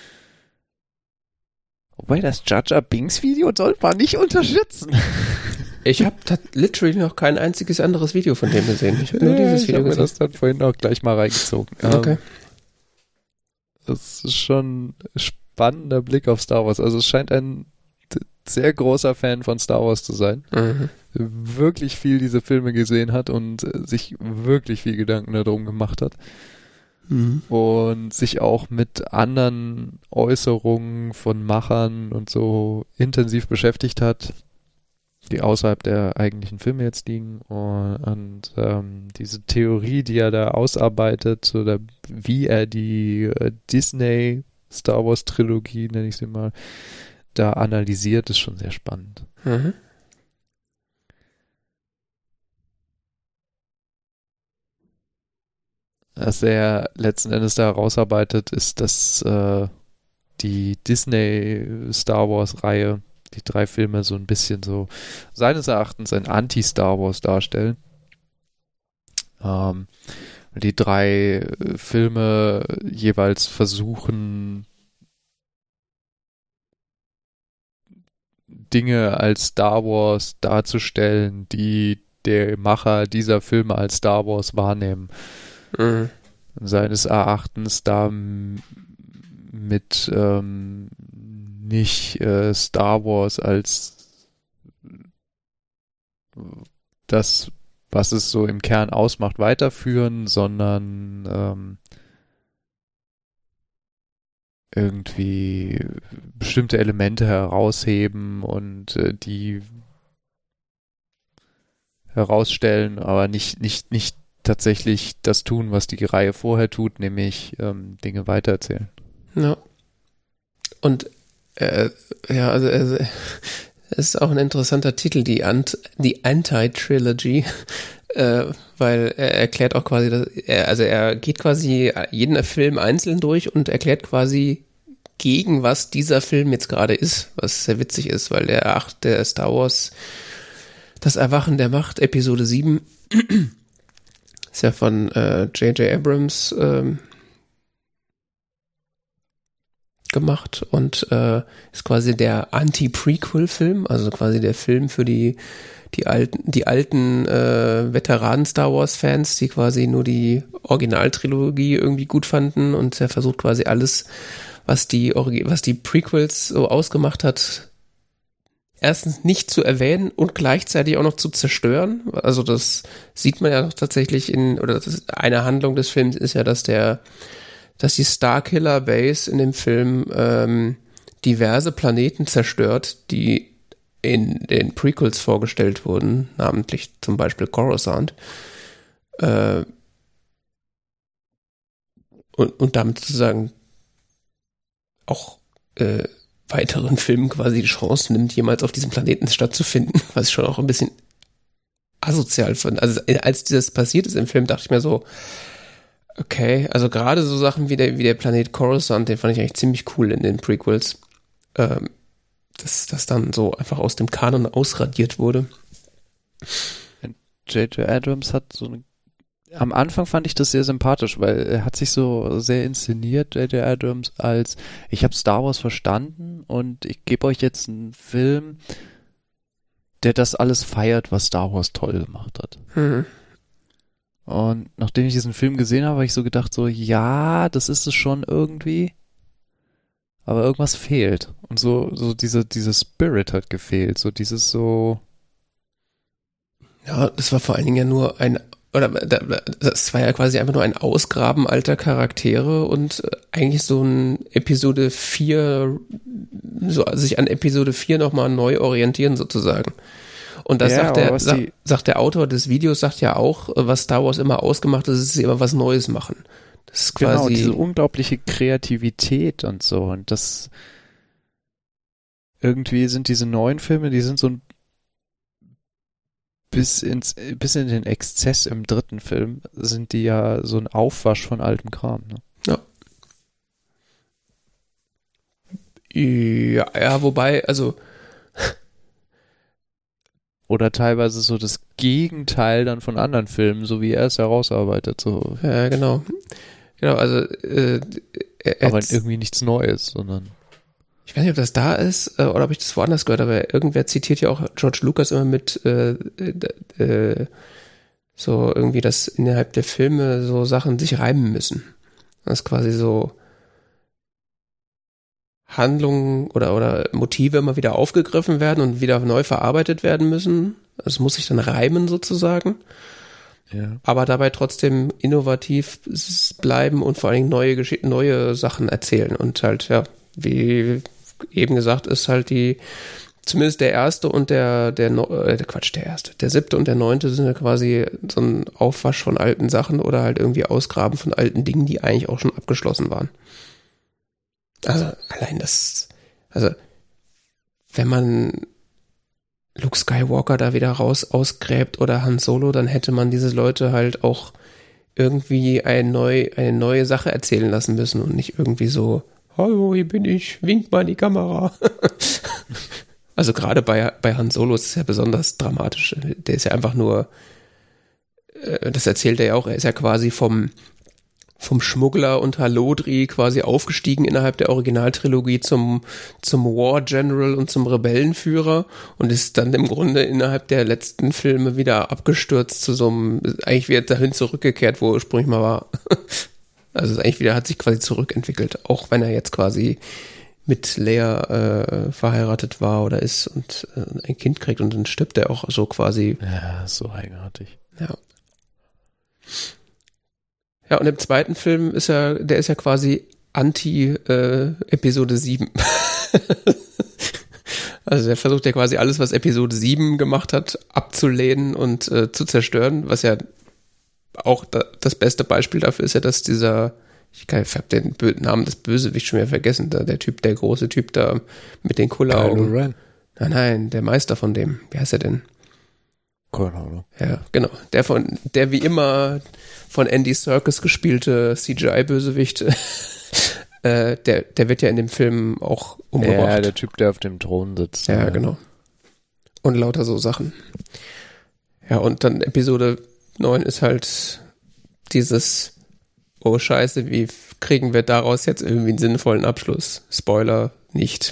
B: Wobei das Jar Jar Binks Video sollte man nicht unterschätzen.
A: Ich habe literally noch kein einziges anderes Video von dem gesehen. Ich habe nur
B: ja,
A: dieses
B: ich
A: Video
B: hab
A: gesehen.
B: mir das dann vorhin auch gleich mal reingezogen.
A: Okay.
B: Ähm, das ist schon ein spannender Blick auf Star Wars. Also es scheint ein sehr großer Fan von Star Wars zu sein.
A: Mhm.
B: Wirklich viel diese Filme gesehen hat und sich wirklich viel Gedanken darum gemacht hat.
A: Mhm.
B: Und sich auch mit anderen Äußerungen von Machern und so intensiv beschäftigt hat, die außerhalb der eigentlichen Filme jetzt liegen. Und, und ähm, diese Theorie, die er da ausarbeitet, oder wie er die äh, Disney Star Wars Trilogie, nenne ich sie mal, da analysiert, ist schon sehr spannend.
A: Mhm.
B: Was er letzten Endes da herausarbeitet, ist, dass äh, die Disney Star Wars Reihe, die drei Filme so ein bisschen so seines Erachtens ein Anti-Star Wars darstellen. Ähm, die drei äh, Filme jeweils versuchen, Dinge als Star Wars darzustellen, die der Macher dieser Filme als Star Wars wahrnehmen.
A: Mhm.
B: Seines Erachtens da m- mit ähm, nicht äh, Star Wars als das, was es so im Kern ausmacht, weiterführen, sondern ähm, irgendwie bestimmte Elemente herausheben und äh, die herausstellen, aber nicht, nicht, nicht tatsächlich das tun, was die Reihe vorher tut, nämlich ähm, Dinge weitererzählen.
A: Ja. Und äh, ja, also äh, es ist auch ein interessanter Titel, die, Ant- die Anti-Trilogy, äh, weil er erklärt auch quasi, dass er, also er geht quasi jeden Film einzeln durch und erklärt quasi, gegen was dieser Film jetzt gerade ist, was sehr witzig ist, weil der acht, der Star Wars, das Erwachen der Macht, Episode sieben, ist ja von äh, J J Abrams ähm, gemacht und äh, ist quasi der Anti-Prequel-Film, also quasi der Film für die die alten die alten äh, Veteranen Star Wars Fans, die quasi nur die Originaltrilogie irgendwie gut fanden, und er versucht quasi alles, was die was die Prequels so ausgemacht hat, erstens nicht zu erwähnen und gleichzeitig auch noch zu zerstören. Also das sieht man ja noch tatsächlich in, oder das ist eine Handlung des Films ist ja, dass der dass die Starkiller Base in dem Film ähm, diverse Planeten zerstört, die in den Prequels vorgestellt wurden, namentlich zum Beispiel Coruscant. Äh, und, und damit sozusagen auch äh, weiteren Filmen quasi die Chance nimmt, jemals auf diesem Planeten stattzufinden, was ich schon auch ein bisschen asozial fand. Also als das passiert ist im Film, dachte ich mir so, okay, also gerade so Sachen wie der, wie der Planet Coruscant, den fand ich eigentlich ziemlich cool in den Prequels, ähm, dass das dann so einfach aus dem Kanon ausradiert wurde.
B: J J Abrams hat so eine, am Anfang fand ich das sehr sympathisch, weil er hat sich so sehr inszeniert, J J Abrams, als ich habe Star Wars verstanden und ich gebe euch jetzt einen Film, der das alles feiert, was Star Wars toll gemacht hat.
A: Mhm.
B: Und nachdem ich diesen Film gesehen habe, habe ich so gedacht, so, ja, das ist es schon irgendwie, aber irgendwas fehlt. Und so, so diese, dieser Spirit hat gefehlt, so dieses so.
A: Ja, es war vor allen Dingen ja nur ein, oder das war ja quasi einfach nur ein Ausgraben alter Charaktere und eigentlich so ein Episode vier, so sich an Episode vier nochmal neu orientieren sozusagen. Und das
B: Ja,
A: sagt,
B: aber
A: der,
B: was
A: sa-
B: die-
A: sagt der Autor des Videos, sagt ja auch, was Star Wars immer ausgemacht ist, ist sie immer was Neues machen. Das ist
B: Genau,
A: quasi,
B: diese unglaubliche Kreativität und so. Und das irgendwie sind diese neuen Filme, die sind so ein bis ins, bis in den Exzess im dritten Film sind die ja so ein Aufwasch von altem Kram. Ne?
A: ja, ja, wobei, also,
B: Oder teilweise so das Gegenteil dann von anderen Filmen, so wie er es herausarbeitet. So.
A: ja, genau. Genau, also, äh, er,
B: Aber
A: er,
B: irgendwie nichts Neues, sondern
A: ich weiß nicht, ob das da ist äh, oder ob ich das woanders gehört habe, aber irgendwer zitiert ja auch George Lucas immer mit äh, äh, äh, so irgendwie, dass innerhalb der Filme so Sachen sich reimen müssen. Das ist quasi so Handlungen oder, oder Motive immer wieder aufgegriffen werden und wieder neu verarbeitet werden müssen. Es muss sich dann reimen sozusagen,
B: ja.
A: aber dabei trotzdem innovativ s- bleiben und vor allen Dingen neue Gesch- neue Sachen erzählen und halt, ja, wie eben gesagt, ist halt die, zumindest der erste und der, der, Neu- äh, Quatsch, der erste, der siebte und der neunte sind ja quasi so ein Aufwasch von alten Sachen oder halt irgendwie Ausgraben von alten Dingen, die eigentlich auch schon abgeschlossen waren. Also allein das, also wenn man Luke Skywalker da wieder raus ausgräbt oder Han Solo, dann hätte man diese Leute halt auch irgendwie ein neu, eine neue Sache erzählen lassen müssen und nicht irgendwie so, hallo, hier bin ich, wink mal in die Kamera. Also gerade bei, bei Han Solo ist es ja besonders dramatisch. Der ist ja einfach nur, äh, das erzählt er ja auch, er ist ja quasi vom vom Schmuggler und Halodri quasi aufgestiegen innerhalb der Originaltrilogie zum, zum War General und zum Rebellenführer und ist dann im Grunde innerhalb der letzten Filme wieder abgestürzt zu so einem, eigentlich wieder dahin zurückgekehrt, wo er ursprünglich mal war. Also ist eigentlich wieder, hat sich quasi zurückentwickelt, auch wenn er jetzt quasi mit Leia äh, verheiratet war oder ist und äh, ein Kind kriegt und dann stirbt er auch so quasi.
B: Ja, so eigenartig.
A: Ja. Ja, und im zweiten Film ist er, der ist ja quasi Anti-Episode äh, sieben. Also der versucht ja quasi alles, was Episode sieben gemacht hat, abzulehnen und äh, zu zerstören, was ja auch da, das beste Beispiel dafür ist ja, dass dieser, ich, ich habe den Bö- Namen des Bösewichts schon wieder vergessen, da, der Typ, der große Typ da mit den Kulleraugen.
B: Kylo Ren.
A: Nein, nein, der Meister von dem, wie heißt er denn?
B: Keine Ahnung.
A: Ja, genau. Der von, der wie immer von Andy Serkis gespielte C G I-Bösewicht, äh, der, der wird ja in dem Film auch umgebracht.
B: Ja, der Typ, der auf dem Thron sitzt.
A: Ja, genau. Und lauter so Sachen. Ja, und dann Episode neun ist halt dieses, oh Scheiße, wie kriegen wir daraus jetzt irgendwie einen sinnvollen Abschluss? Spoiler, nicht.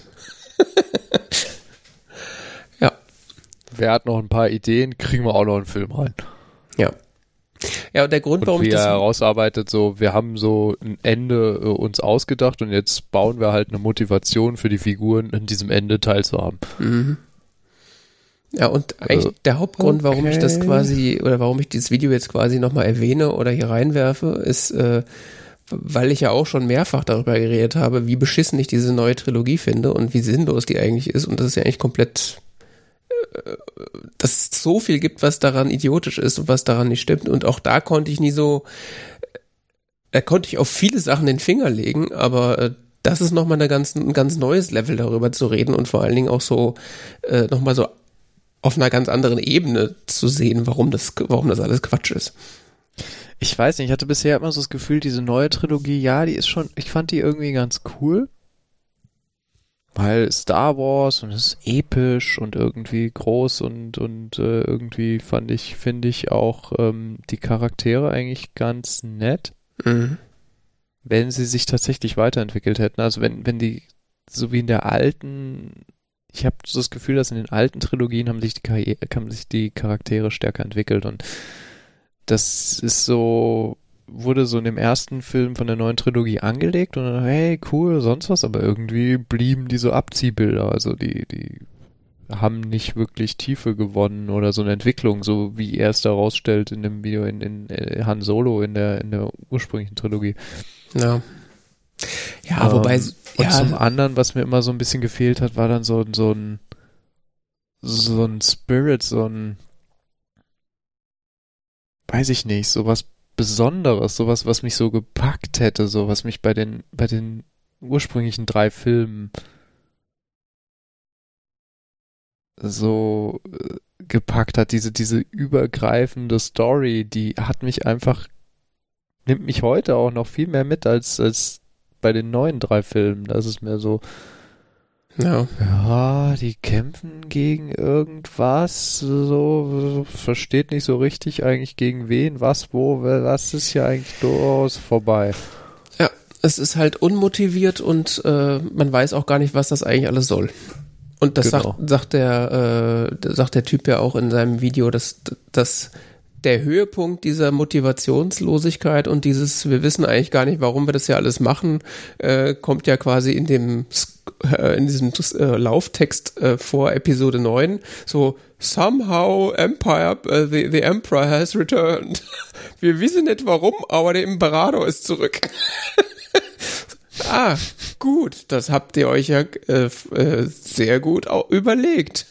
A: Ja.
B: Wer hat noch ein paar Ideen, kriegen wir auch noch einen Film rein.
A: Ja. Ja, und der Grund,
B: Und
A: warum
B: wie
A: ich
B: er
A: das...
B: herausarbeitet, so, wir haben so ein Ende äh, uns ausgedacht und jetzt bauen wir halt eine Motivation für die Figuren, in diesem Ende teilzuhaben.
A: Mhm. Ja, und eigentlich
B: Also,
A: der Hauptgrund, warum ich das
B: okay.
A: quasi, oder warum ich dieses Video jetzt quasi nochmal erwähne oder hier reinwerfe, ist, äh, weil ich ja auch schon mehrfach darüber geredet habe, wie beschissen ich diese neue Trilogie finde und wie sinnlos die eigentlich ist und das ist ja eigentlich komplett, äh, dass es so viel gibt, was daran idiotisch ist und was daran nicht stimmt und auch da konnte ich nie so, da konnte ich auf viele Sachen den Finger legen, aber äh, das ist nochmal eine ganz, ein ganz neues Level darüber zu reden und vor allen Dingen auch so äh, nochmal so auf einer ganz anderen Ebene zu sehen, warum das, warum das alles Quatsch ist.
B: Ich weiß nicht, ich hatte bisher immer so das Gefühl, diese neue Trilogie, ja, die ist schon, ich fand die irgendwie ganz cool. Weil Star Wars und es ist episch und irgendwie groß und, und äh, irgendwie fand ich, finde ich auch ähm, die Charaktere eigentlich ganz nett,
A: Mhm.
B: wenn sie sich tatsächlich weiterentwickelt hätten. Also wenn, wenn die, so wie in der alten, ich habe so das Gefühl, dass in den alten Trilogien haben sich die Karriere, haben sich die Charaktere stärker entwickelt und das ist so, wurde so in dem ersten Film von der neuen Trilogie angelegt und dann, hey, cool, sonst was, aber irgendwie blieben die so Abziehbilder, also die, die haben nicht wirklich Tiefe gewonnen oder so eine Entwicklung, so wie er es da rausstellt in dem Video in, in, in Han Solo in der in der ursprünglichen Trilogie.
A: Ja. Ja, ähm, wobei
B: und
A: ja.
B: zum anderen, was mir immer so ein bisschen gefehlt hat, war dann so so ein so ein Spirit, so ein weiß ich nicht, sowas Besonderes, sowas, was mich so gepackt hätte, so was mich bei den bei den ursprünglichen drei Filmen so äh, gepackt hat, diese diese übergreifende Story, die hat mich einfach, nimmt mich heute auch noch viel mehr mit als als bei den neuen drei Filmen. Das ist mir so,
A: ja,
B: ja, die kämpfen gegen irgendwas, so, versteht nicht so richtig eigentlich gegen wen, was, wo, was ist hier eigentlich los, vorbei.
A: Ja, es ist halt unmotiviert und äh, man weiß auch gar nicht, was das eigentlich alles soll. Und das
B: Genau.
A: sagt, sagt der äh, sagt der Typ ja auch in seinem Video, dass, dass der Höhepunkt dieser Motivationslosigkeit und dieses, wir wissen eigentlich gar nicht, warum wir das ja alles machen, äh, kommt ja quasi in dem äh, in diesem äh, Lauftext äh, vor Episode neun. So, somehow Empire, uh, the, the Emperor has returned. Wir wissen nicht warum, aber der Imperator ist zurück. Ah, gut, das habt ihr euch ja äh, äh, sehr gut auch überlegt.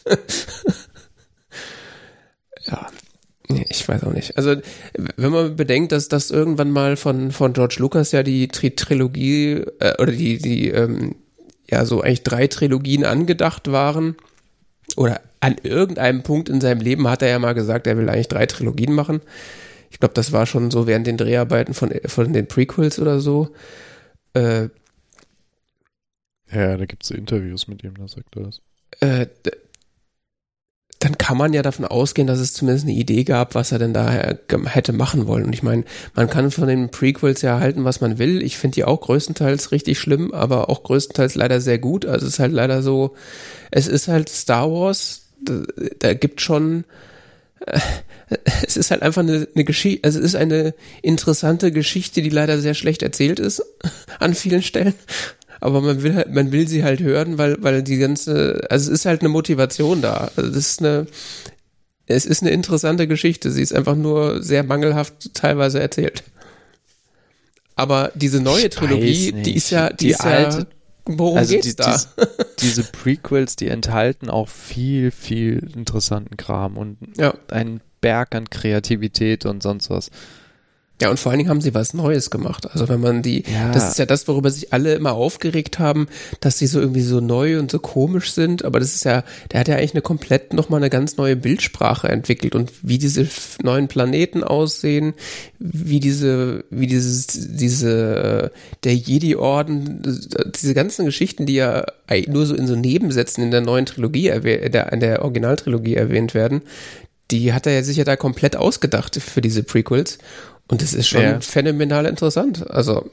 A: Ja, ich weiß auch nicht. Also, wenn man bedenkt, dass das irgendwann mal von von George Lucas ja die Tri- Trilogie äh, oder die die ähm, ja so eigentlich drei Trilogien angedacht waren oder an irgendeinem Punkt in seinem Leben hat er ja mal gesagt, er will eigentlich drei Trilogien machen. Ich glaube, das war schon so während den Dreharbeiten von von den Prequels oder so. Äh,
B: ja, da gibt es Interviews mit ihm, da sagt er das.
A: Äh, d- dann kann man ja davon ausgehen, dass es zumindest eine Idee gab, was er denn da hätte machen wollen. Und ich meine, man kann von den Prequels ja halten, was man will. Ich finde die auch größtenteils richtig schlimm, aber auch größtenteils leider sehr gut. Also es ist halt leider so, es ist halt Star Wars, da, da gibt schon, äh, es ist halt einfach eine, eine Geschichte, also es ist eine interessante Geschichte, die leider sehr schlecht erzählt ist an vielen Stellen. Aber man will halt, man will sie halt hören, weil, weil die ganze, also es ist halt eine Motivation da. Also es ist eine, es ist eine interessante Geschichte. Sie ist einfach nur sehr mangelhaft teilweise erzählt. Aber diese neue
B: Ich
A: Trilogie, die ist ja, die, die ist alte, ja, worum
B: also
A: geht's
B: die,
A: da?
B: Diese, diese Prequels, die enthalten auch viel, viel interessanten Kram und
A: ja.
B: einen Berg an Kreativität und sonst was.
A: Ja, und vor allen Dingen haben sie was Neues gemacht. Also wenn man die,
B: ja.
A: das ist ja das, worüber sich alle immer aufgeregt haben, dass sie so irgendwie so neu und so komisch sind, aber das ist ja, der hat ja eigentlich eine komplett nochmal eine ganz neue Bildsprache entwickelt und wie diese neuen Planeten aussehen, wie diese, wie dieses, diese, der Jedi-Orden, diese ganzen Geschichten, die ja nur so in so Nebensätzen in der neuen Trilogie, in der, in der Originaltrilogie erwähnt werden, die hat er ja sicher da komplett ausgedacht für diese Prequels. Und das ist schon ja. phänomenal interessant. Also.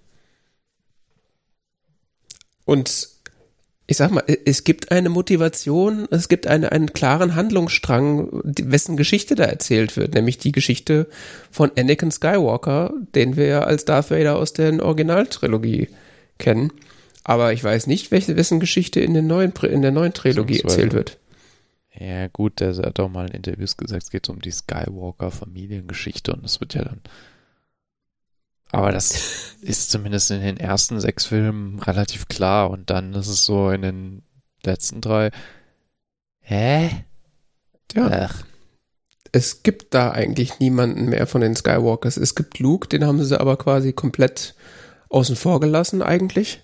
A: Und ich sag mal, es gibt eine Motivation, es gibt eine, einen klaren Handlungsstrang, wessen Geschichte da erzählt wird, nämlich die Geschichte von Anakin Skywalker, den wir ja als Darth Vader aus der Originaltrilogie kennen. Aber ich weiß nicht, welche, wessen Geschichte in, den neuen, in der neuen Trilogie erzählt wird.
B: Ja gut, der hat auch mal in Interviews gesagt, es geht um die Skywalker-Familiengeschichte und das wird ja dann, aber das ist zumindest in den ersten sechs Filmen relativ klar und dann ist es so in den letzten drei, hä?
A: Ja. Ach. Es gibt da eigentlich niemanden mehr von den Skywalkers. Es gibt Luke, den haben sie aber quasi komplett außen vor gelassen eigentlich.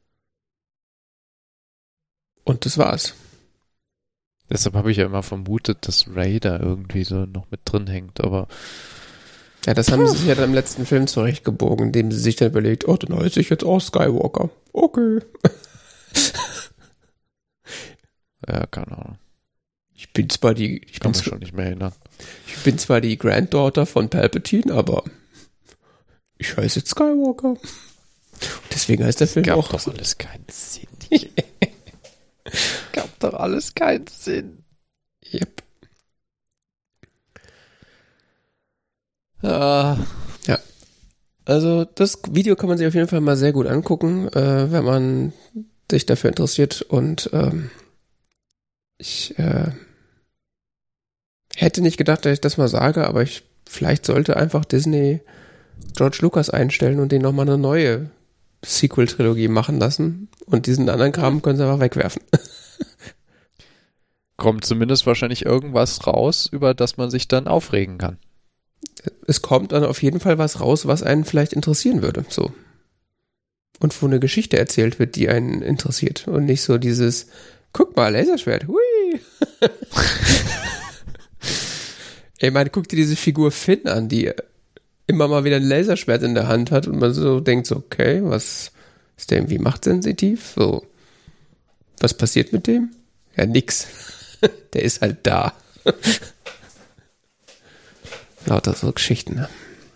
A: Und das war's.
B: Deshalb habe ich ja immer vermutet, dass Rey da irgendwie so noch mit drin hängt, aber
A: ja, das haben sie sich ja dann im letzten Film zurechtgebogen, indem sie sich dann überlegt, oh, dann heiße ich jetzt auch Skywalker. Okay.
B: Ja, keine Ahnung.
A: Ich bin zwar die, ich
B: kann
A: bin
B: mich schon nicht mehr erinnern.
A: Ich bin zwar die Granddaughter von Palpatine, aber ich heiße jetzt Skywalker. Und deswegen heißt der Film
B: gab
A: auch.
B: Doch alles keinen Sinn. Gab doch alles keinen Sinn.
A: Yep.
B: Ah.
A: Ja. Also das Video kann man sich auf jeden Fall mal sehr gut angucken, äh, wenn man sich dafür interessiert und ähm, Ich äh, hätte nicht gedacht, dass ich das mal sage, aber ich vielleicht sollte einfach Disney George Lucas einstellen und den nochmal eine neue Sequel-Trilogie machen lassen. Und diesen anderen Kram können sie einfach wegwerfen.
B: Kommt zumindest wahrscheinlich irgendwas raus, über das man sich dann aufregen kann.
A: Es kommt dann auf jeden Fall was raus, was einen vielleicht interessieren würde. So. Und wo eine Geschichte erzählt wird, die einen interessiert. Und nicht so dieses, guck mal, Laserschwert, hui. Ey, man, guck dir diese Figur Finn an, die immer mal wieder ein Laserschwert in der Hand hat und man so denkt so, okay, was ist der irgendwie machtsensitiv? So, was passiert mit dem? Ja, nix. Der ist halt da. Lauter so Geschichten, ne?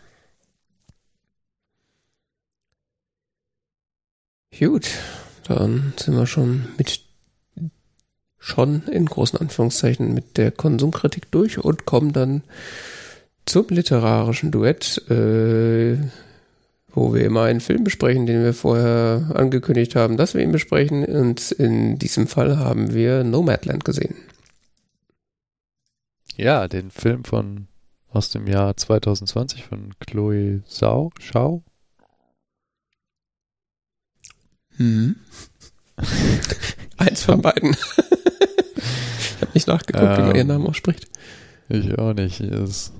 A: Gut, dann sind wir schon mit schon in großen Anführungszeichen mit der Konsumkritik durch und kommen dann zum literarischen Duett, äh, wo wir immer einen Film besprechen, den wir vorher angekündigt haben, dass wir ihn besprechen. Und in diesem Fall haben wir Nomadland gesehen.
B: Ja, den Film von aus dem Jahr zwanzig zwanzig von Chloe Zhao. Zhao?
A: Hm. Eins von beiden. Ich habe nicht nachgeguckt, ähm, wie man ihren Namen ausspricht.
B: Ich auch nicht. Ist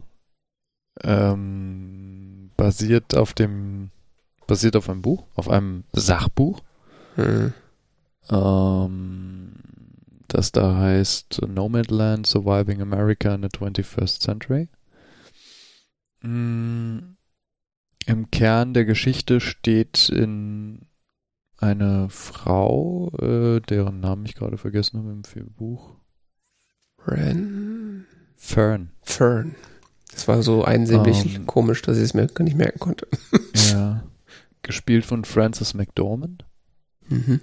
B: ähm, basiert auf dem basiert auf einem Buch, auf einem Sachbuch. Hm. Ähm, das da heißt Nomadland, Surviving America in the twenty-first Century. Mm, im Kern der Geschichte steht in eine Frau, äh, deren Namen ich gerade vergessen habe im Buch.
A: Fern?
B: Fern.
A: Fern. Das war so einsilbig um, komisch, dass ich es mir gar nicht merken konnte.
B: Ja. Gespielt von Frances McDormand.
A: Mhm.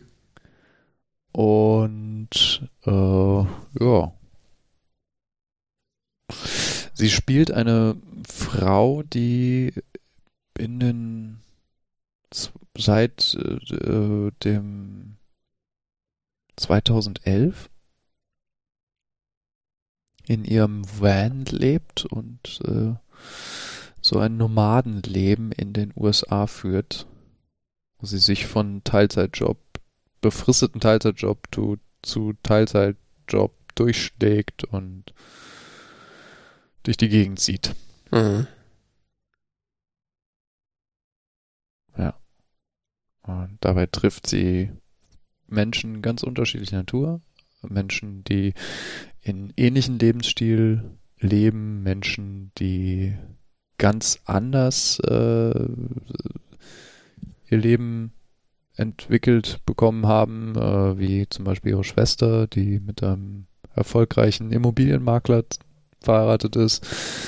B: Und äh, ja. Sie spielt eine Frau, die in den seit äh, dem zweitausendelf in ihrem Van lebt und äh, so ein Nomadenleben in den U S A führt, wo sie sich von Teilzeitjob, befristeten Teilzeitjob zu, zu Teilzeitjob durchschlägt und durch die Gegend zieht.
A: Mhm.
B: Ja. Und dabei trifft sie Menschen ganz unterschiedlicher Natur. Menschen, die in ähnlichen Lebensstil leben, Menschen, die ganz anders äh, ihr Leben entwickelt bekommen haben, äh, wie zum Beispiel ihre Schwester, die mit einem erfolgreichen Immobilienmakler verheiratet ist.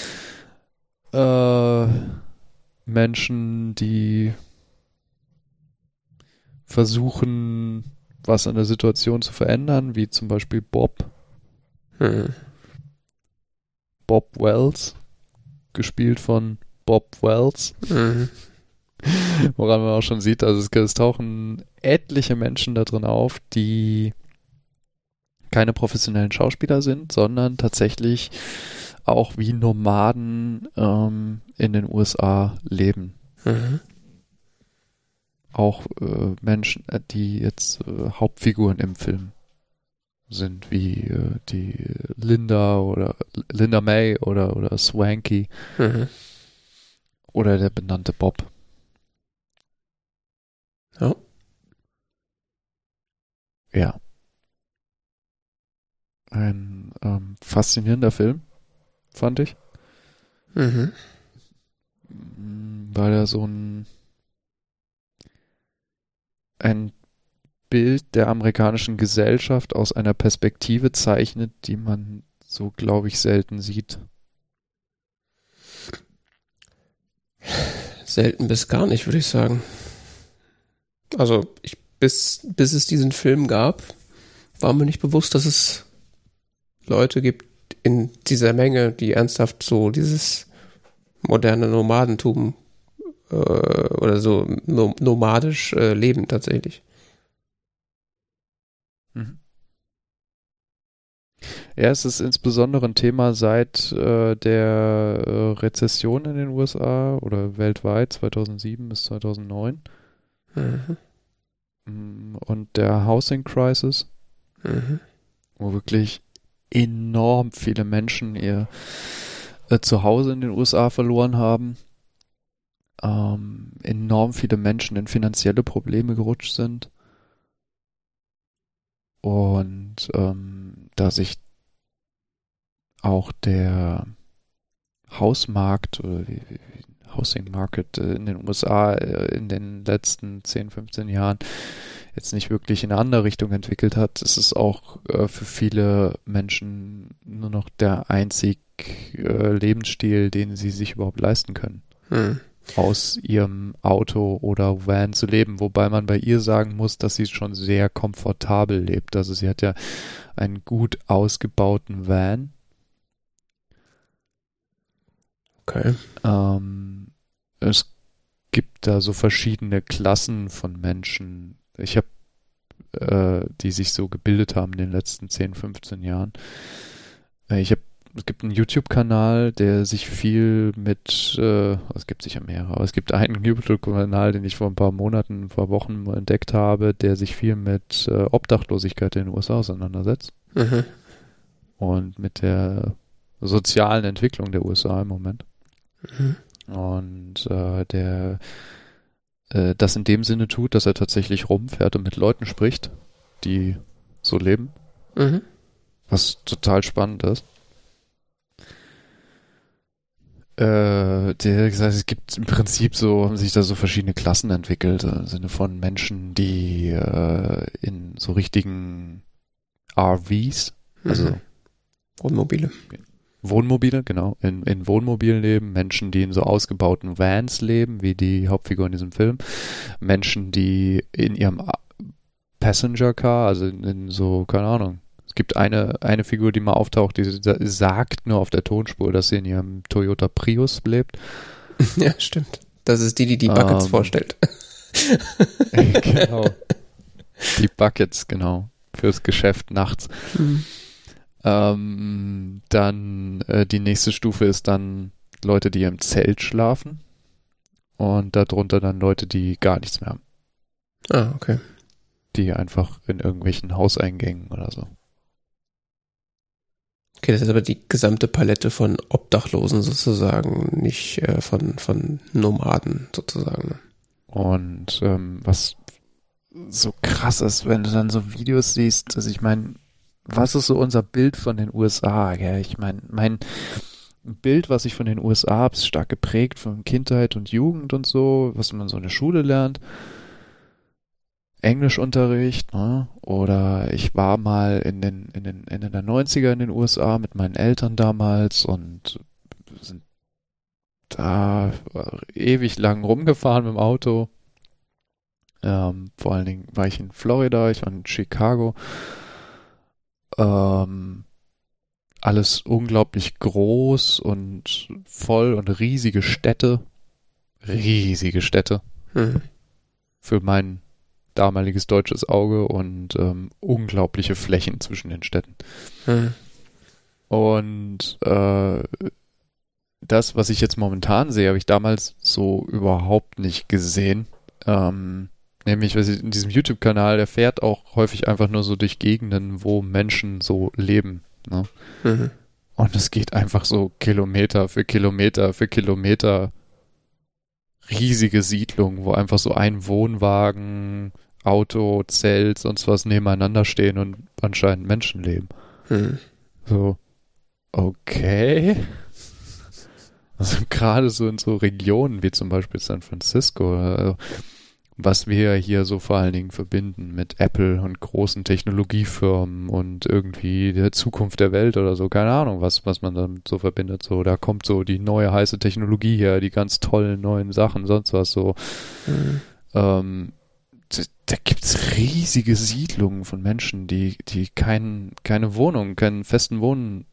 B: Äh, Menschen, die versuchen, was an der Situation zu verändern, wie zum Beispiel Bob.
A: Hm.
B: Bob Wells, gespielt von Bob Wells.
A: Mhm.
B: Woran man auch schon sieht, also es, es tauchen etliche Menschen da drin auf, die keine professionellen Schauspieler sind, sondern tatsächlich auch wie Nomaden ähm, in den U S A leben.
A: Mhm.
B: Auch äh, Menschen, äh, die jetzt äh, Hauptfiguren im Film sind, wie äh, die Linda oder Linda May oder, oder Swanky
A: Mhm.
B: oder der benannte Bob.
A: Ja.
B: Ja. Ein ähm, faszinierender Film, fand ich.
A: Mhm.
B: Weil er so ein ein Bild der amerikanischen Gesellschaft aus einer Perspektive zeichnet, die man so, glaube ich, selten sieht.
A: Selten bis gar nicht, würde ich sagen. Also, ich, bis, bis es diesen Film gab, war mir nicht bewusst, dass es Leute gibt in dieser Menge, die ernsthaft so dieses moderne Nomadentum äh, oder so no, nomadisch äh, leben tatsächlich.
B: Mhm. Ja, es ist insbesondere ein Thema seit äh, der äh, Rezession in den U S A oder weltweit zweitausendsieben bis zweitausendneun
A: Mhm.
B: und der Housing Crisis,
A: Mhm.
B: wo wirklich enorm viele Menschen ihr äh, Zuhause in den U S A verloren haben, ähm, enorm viele Menschen in finanzielle Probleme gerutscht sind und ähm, da sich auch der Hausmarkt oder wie, wie, Housing Market in den U S A in den letzten zehn, fünfzehn Jahren jetzt nicht wirklich in eine andere Richtung entwickelt hat, ist es auch äh, für viele Menschen nur noch der einzig äh, Lebensstil, den sie sich überhaupt leisten können,
A: Mhm.
B: aus ihrem Auto oder Van zu leben, wobei man bei ihr sagen muss, dass sie schon sehr komfortabel lebt. Also sie hat ja einen gut ausgebauten Van.
A: Okay.
B: Ähm, es gibt da so verschiedene Klassen von Menschen. Ich habe, äh, die sich so gebildet haben in den letzten zehn, fünfzehn Jahren. Äh, ich habe, es gibt einen YouTube-Kanal, der sich viel mit, äh, es gibt sicher mehrere, aber es gibt einen YouTube-Kanal, den ich vor ein paar Monaten, ein paar Wochen mal entdeckt habe, der sich viel mit äh, Obdachlosigkeit in den U S A auseinandersetzt.
A: Mhm.
B: Und mit der sozialen Entwicklung der U S A im Moment.
A: Mhm.
B: Und äh, der äh, das in dem Sinne tut, dass er tatsächlich rumfährt und mit Leuten spricht, die so leben,
A: Mhm.
B: was total spannend ist. Äh, der gesagt, es gibt im Prinzip so, haben sich da so verschiedene Klassen entwickelt, im Sinne von Menschen, die äh, in so richtigen R Vs, also
A: Mhm. Wohnmobile.
B: Wohnmobile, genau, in, in Wohnmobilen leben, Menschen, die in so ausgebauten Vans leben, wie die Hauptfigur in diesem Film, Menschen, die in ihrem Passenger Car, also in, in so, keine Ahnung, es gibt eine, eine Figur, die mal auftaucht, die sagt nur auf der Tonspur, dass sie in ihrem Toyota Prius lebt.
A: Ja, stimmt. Das ist die, die die Buckets
B: Ähm,
A: vorstellt.
B: Genau. Die Buckets, genau, fürs Geschäft nachts.
A: Mhm.
B: Ähm, dann äh, die nächste Stufe ist dann Leute, die im Zelt schlafen und darunter dann Leute, die gar nichts mehr haben.
A: Ah, okay.
B: Die einfach in irgendwelchen Hauseingängen oder so.
A: Okay, das ist aber die gesamte Palette von Obdachlosen sozusagen, nicht äh, von, von Nomaden sozusagen. Ne?
B: Und ähm, was so krass ist, wenn du dann so Videos siehst, dass ich meine, was ist so unser Bild von den U S A? Gell? Ich meine, mein Bild, was ich von den U S A habe, ist stark geprägt von Kindheit und Jugend und so, was man so in der Schule lernt. Englischunterricht, ne? Oder ich war mal in den, in den Ende der neunziger in den U S A mit meinen Eltern damals und sind da ewig lang rumgefahren mit dem Auto. Ähm, vor allen Dingen war ich in Florida, ich war in Chicago. Ähm, alles unglaublich groß und voll und riesige Städte. Riesige Städte.
A: Mhm.
B: Für mein damaliges deutsches Auge und ähm, unglaubliche Flächen zwischen den Städten.
A: Mhm.
B: Und äh, das, was ich jetzt momentan sehe, habe ich damals so überhaupt nicht gesehen. Ähm, nämlich, was ich in diesem YouTube-Kanal, der fährt auch häufig einfach nur so durch Gegenden, wo Menschen so leben. Ne?
A: Mhm.
B: Und es geht einfach so Kilometer für Kilometer für Kilometer riesige Siedlungen, wo einfach so ein Wohnwagen, Auto, Zelt, sonst was nebeneinander stehen und anscheinend Menschen leben.
A: Mhm.
B: So, okay. Also gerade so in so Regionen wie zum Beispiel San Francisco, also was wir hier so vor allen Dingen verbinden mit Apple und großen Technologiefirmen und irgendwie der Zukunft der Welt oder so, keine Ahnung, was, was man damit so verbindet. So, da kommt so die neue heiße Technologie her, die ganz tollen neuen Sachen, sonst was so.
A: Mhm.
B: Ähm, da, da gibt's riesige Siedlungen von Menschen, die, die kein, keine Wohnung, keinen festen Wohnung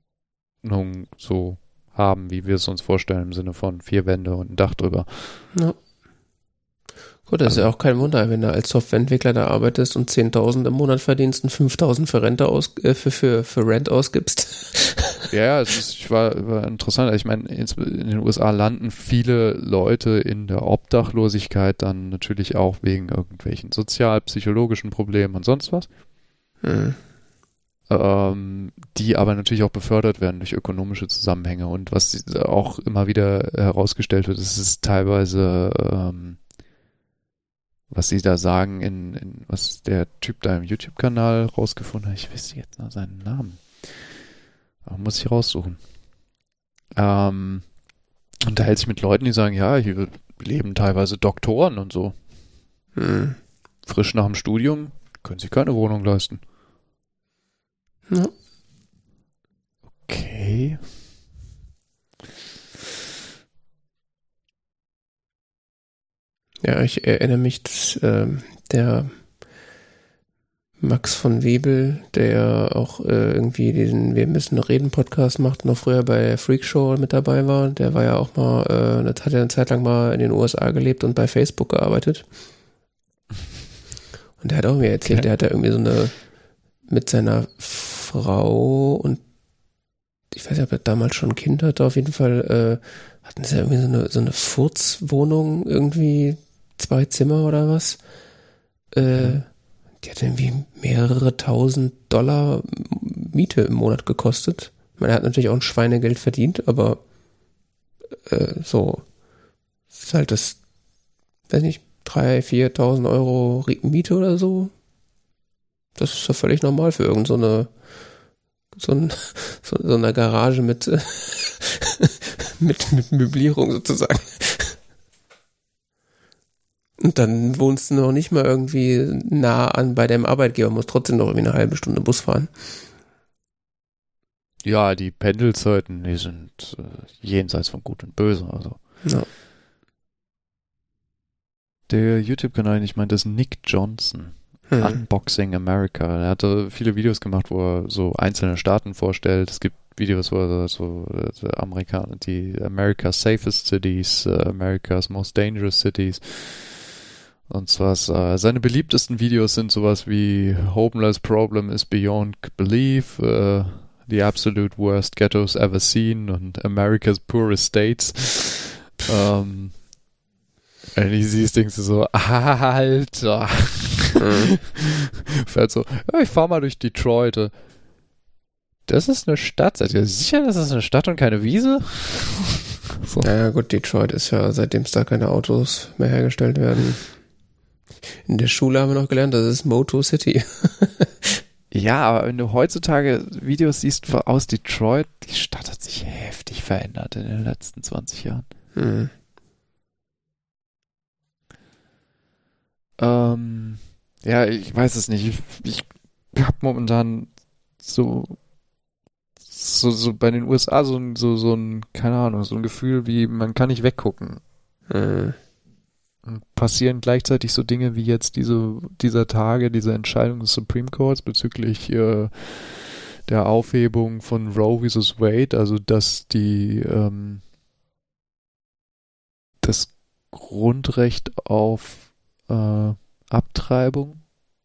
B: so haben, wie wir es uns vorstellen, im Sinne von vier Wände und ein Dach drüber.
A: Ja. Gut, das also, ist ja auch kein Wunder, wenn du als Softwareentwickler da arbeitest und zehntausend im Monat verdienst und fünftausend für Rente aus, äh, für, für, für Rent ausgibst.
B: Ja, es ist, war, war interessant. Ich meine, in den U S A landen viele Leute in der Obdachlosigkeit dann natürlich auch wegen irgendwelchen sozial-psychologischen Problemen und sonst was. Hm. Ähm, die aber natürlich auch befördert werden durch ökonomische Zusammenhänge. Und was auch immer wieder herausgestellt wird, ist es teilweise ähm, was sie da sagen, in, in was der Typ da im YouTube-Kanal rausgefunden hat. Ich weiß jetzt noch seinen Namen. Aber muss ich raussuchen. Ähm, und da hält sich mit Leuten, die sagen, ja, hier leben teilweise Doktoren und so. Hm. Frisch nach dem Studium, können sich keine Wohnung leisten.
A: Ja.
B: Okay.
A: Ja, ich erinnere mich, dass äh, der Max von Webel, der auch äh, irgendwie diesen Wir müssen reden Podcast macht, noch früher bei der Freak Show mit dabei war, der war ja auch mal, äh, das hat er eine Zeit lang mal in den U S A gelebt und bei Facebook gearbeitet. Und der hat auch mir erzählt, okay. Der hat da irgendwie so eine, mit seiner Frau und ich weiß nicht, ob er damals schon ein Kind hatte, auf jeden Fall äh, hatten sie irgendwie so eine, so eine Furzwohnung, irgendwie zwei Zimmer oder was. Äh, die hat irgendwie mehrere tausend Dollar Miete im Monat gekostet. Ich meine, er hat natürlich auch ein Schweinegeld verdient, aber äh, so ist halt das, weiß nicht, dreitausend, viertausend Euro Miete oder so. Das ist ja völlig normal für irgend so eine so, ein, so, so eine Garage mit, mit, mit Möblierung sozusagen. Und dann wohnst du noch nicht mal irgendwie nah an bei deinem Arbeitgeber, musst trotzdem noch irgendwie eine halbe Stunde Bus fahren.
B: Ja, die Pendelzeiten, die sind äh, jenseits von Gut und Böse. Also. Ja. Der YouTube-Kanal, ich meine, das ist Nick Johnson. Hm. Unboxing America. Er hatte viele Videos gemacht, wo er so einzelne Staaten vorstellt. Es gibt Videos, wo er so äh, Amerika, die America's Safest Cities, uh, America's Most Dangerous Cities. Und zwar äh, seine beliebtesten Videos sind sowas wie Homeless Problem is Beyond Belief, uh, The Absolute Worst Ghettos Ever Seen und America's Poorest States. ähm, wenn du siehst, denkst du so, Alter. Mhm. Fährt so, ja, ich fahr mal durch Detroit. Das ist eine Stadt. Seid ihr sicher, das ist eine Stadt und keine Wiese? So.
A: Ja gut, Detroit ist ja, seitdem es da keine Autos mehr hergestellt werden. In der Schule haben wir noch gelernt, das ist Motor City.
B: Ja, aber wenn du heutzutage Videos siehst aus Detroit, die Stadt hat sich heftig verändert in den letzten zwanzig Jahren. Mhm. Ähm, ja, ich weiß es nicht. Ich, ich habe momentan so, so, so bei den U S A so, so, so ein, keine Ahnung, so ein Gefühl wie, man kann nicht weggucken. Mhm. Und passieren gleichzeitig so Dinge wie jetzt diese, dieser Tage, diese Entscheidung des Supreme Courts bezüglich äh, der Aufhebung von Roe versus Wade, also dass die ähm, das Grundrecht auf äh, Abtreibung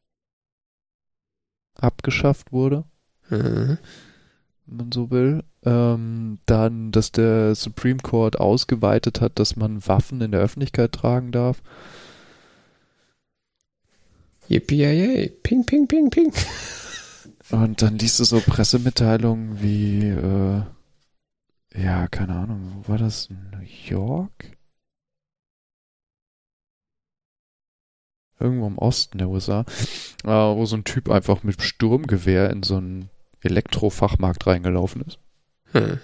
B: abgeschafft wurde, mhm. wenn man so will. Ähm, dann, dass der Supreme Court ausgeweitet hat, dass man Waffen in der Öffentlichkeit tragen darf.
A: Yippie, ping, ping, ping, ping.
B: Und dann liest du so Pressemitteilungen wie, äh, ja, keine Ahnung, wo war das? New York? Irgendwo im Osten der U S A, äh, wo so ein Typ einfach mit Sturmgewehr in so einen Elektrofachmarkt reingelaufen ist. Hm.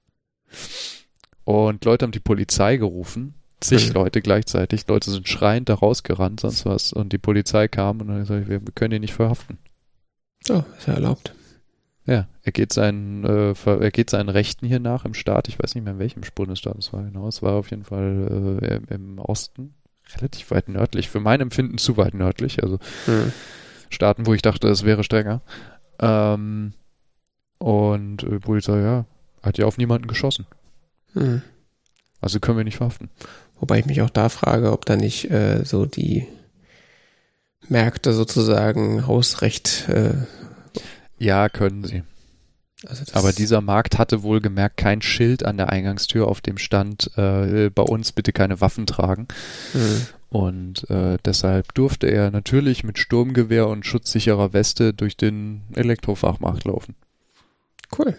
B: Und Leute haben die Polizei gerufen, zig hm. Leute gleichzeitig, Leute sind schreiend da rausgerannt, sonst was, und die Polizei kam und dann gesagt, wir können ihn nicht verhaften.
A: Oh, ist ja erlaubt.
B: Ja, er geht seinen, äh, er geht seinen Rechten hier nach im Staat, ich weiß nicht mehr in welchem Bundesstaat es war genau, es war auf jeden Fall äh, im, im Osten. Relativ weit nördlich, für mein Empfinden zu weit nördlich, also hm. Staaten, wo ich dachte, es wäre strenger. Ähm, und äh, Polizei, ja, hat ja auf niemanden geschossen. Hm. Also können wir nicht verhaften.
A: Wobei ich mich auch da frage, ob da nicht äh, so die Märkte sozusagen Hausrecht äh,
B: ja, können sie.
A: Also das
B: Aber dieser Markt hatte wohlgemerkt kein Schild an der Eingangstür, auf dem stand, äh, bei uns bitte keine Waffen tragen.
A: Mhm.
B: Und äh, deshalb durfte er natürlich mit Sturmgewehr und schutzsicherer Weste durch den Elektrofachmarkt laufen.
A: Cool.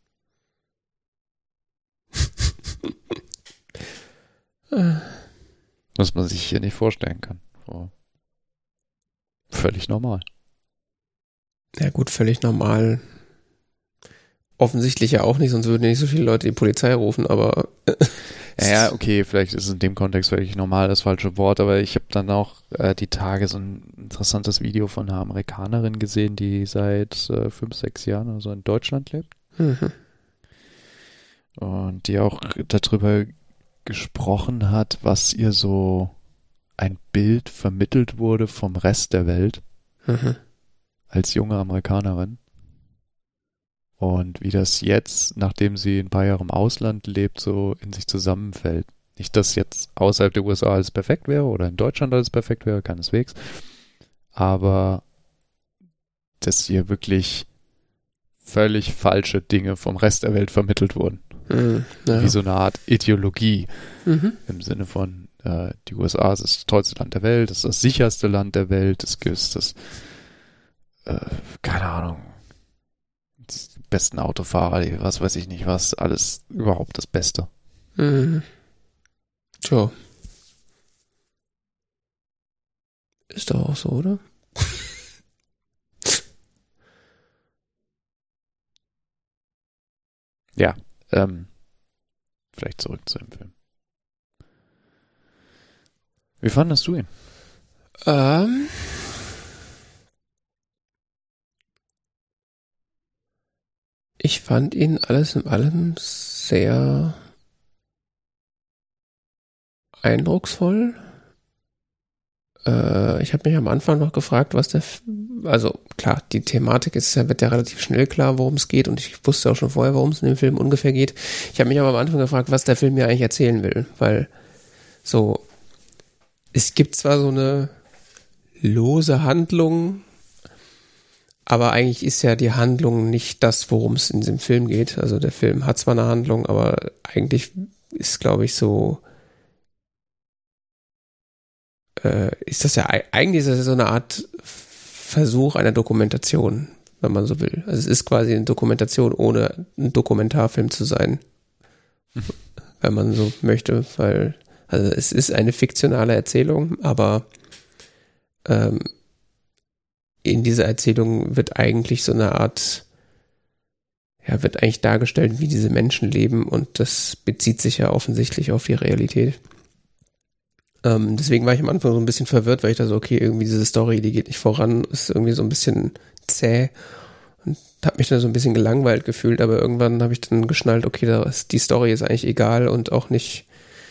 B: Was man sich hier nicht vorstellen kann. So. Völlig normal.
A: Ja gut, völlig normal. Offensichtlich ja auch nicht, sonst würden nicht so viele Leute die Polizei rufen, aber
B: ja, ja, okay, vielleicht ist es in dem Kontext völlig normal das falsche Wort, aber ich habe dann auch äh, die Tage so ein interessantes Video von einer Amerikanerin gesehen, die seit äh, fünf, sechs Jahren oder so in Deutschland lebt.
A: Mhm.
B: Und die auch darüber gesprochen hat, was ihr so ein Bild vermittelt wurde vom Rest der Welt
A: Mhm.
B: als junge Amerikanerin. Und wie das jetzt, nachdem sie ein paar Jahre im Ausland lebt, so in sich zusammenfällt. Nicht, dass jetzt außerhalb der U S A alles perfekt wäre oder in Deutschland alles perfekt wäre, keineswegs. Aber dass hier wirklich völlig falsche Dinge vom Rest der Welt vermittelt wurden.
A: Mhm. Ja.
B: Wie so eine Art Ideologie.
A: Mhm.
B: Im Sinne von, äh, die U S A ist das tollste Land der Welt, das ist das sicherste Land der Welt, das ist das, äh, keine Ahnung, die besten Autofahrer, die, was weiß ich nicht was, alles überhaupt das Beste.
A: Mhm. Tja. Ist doch auch so, oder?
B: Ja, ähm, vielleicht zurück zu dem Film. Wie fandest du ihn?
A: Ähm. Ich fand ihn alles in allem sehr eindrucksvoll. Äh, ich habe mich am Anfang noch gefragt, was der, F- also klar, die Thematik ist, ja- wird ja relativ schnell klar, worum es geht, und ich wusste auch schon vorher, worum es in dem Film ungefähr geht. Ich habe mich aber am Anfang gefragt, was der Film mir eigentlich erzählen will, weil so, es gibt zwar so eine lose Handlung, aber eigentlich ist ja die Handlung nicht das, worum es in diesem Film geht. Also der Film hat zwar eine Handlung, aber eigentlich ist, glaube ich, so, äh, ist das ja, eigentlich ist das ja so eine Art Versuch einer Dokumentation, wenn man so will. Also es ist quasi eine Dokumentation, ohne ein Dokumentarfilm zu sein, wenn man so möchte, weil, also es ist eine fiktionale Erzählung, aber ähm, in dieser Erzählung wird eigentlich so eine Art, ja, wird eigentlich dargestellt, wie diese Menschen leben, und das bezieht sich ja offensichtlich auf die Realität. Ähm, deswegen war ich am Anfang so ein bisschen verwirrt, weil ich da so, okay, irgendwie diese Story, die geht nicht voran, ist irgendwie so ein bisschen zäh, und habe mich dann so ein bisschen gelangweilt gefühlt, aber irgendwann habe ich dann geschnallt, okay, da ist, die Story ist eigentlich egal und auch nicht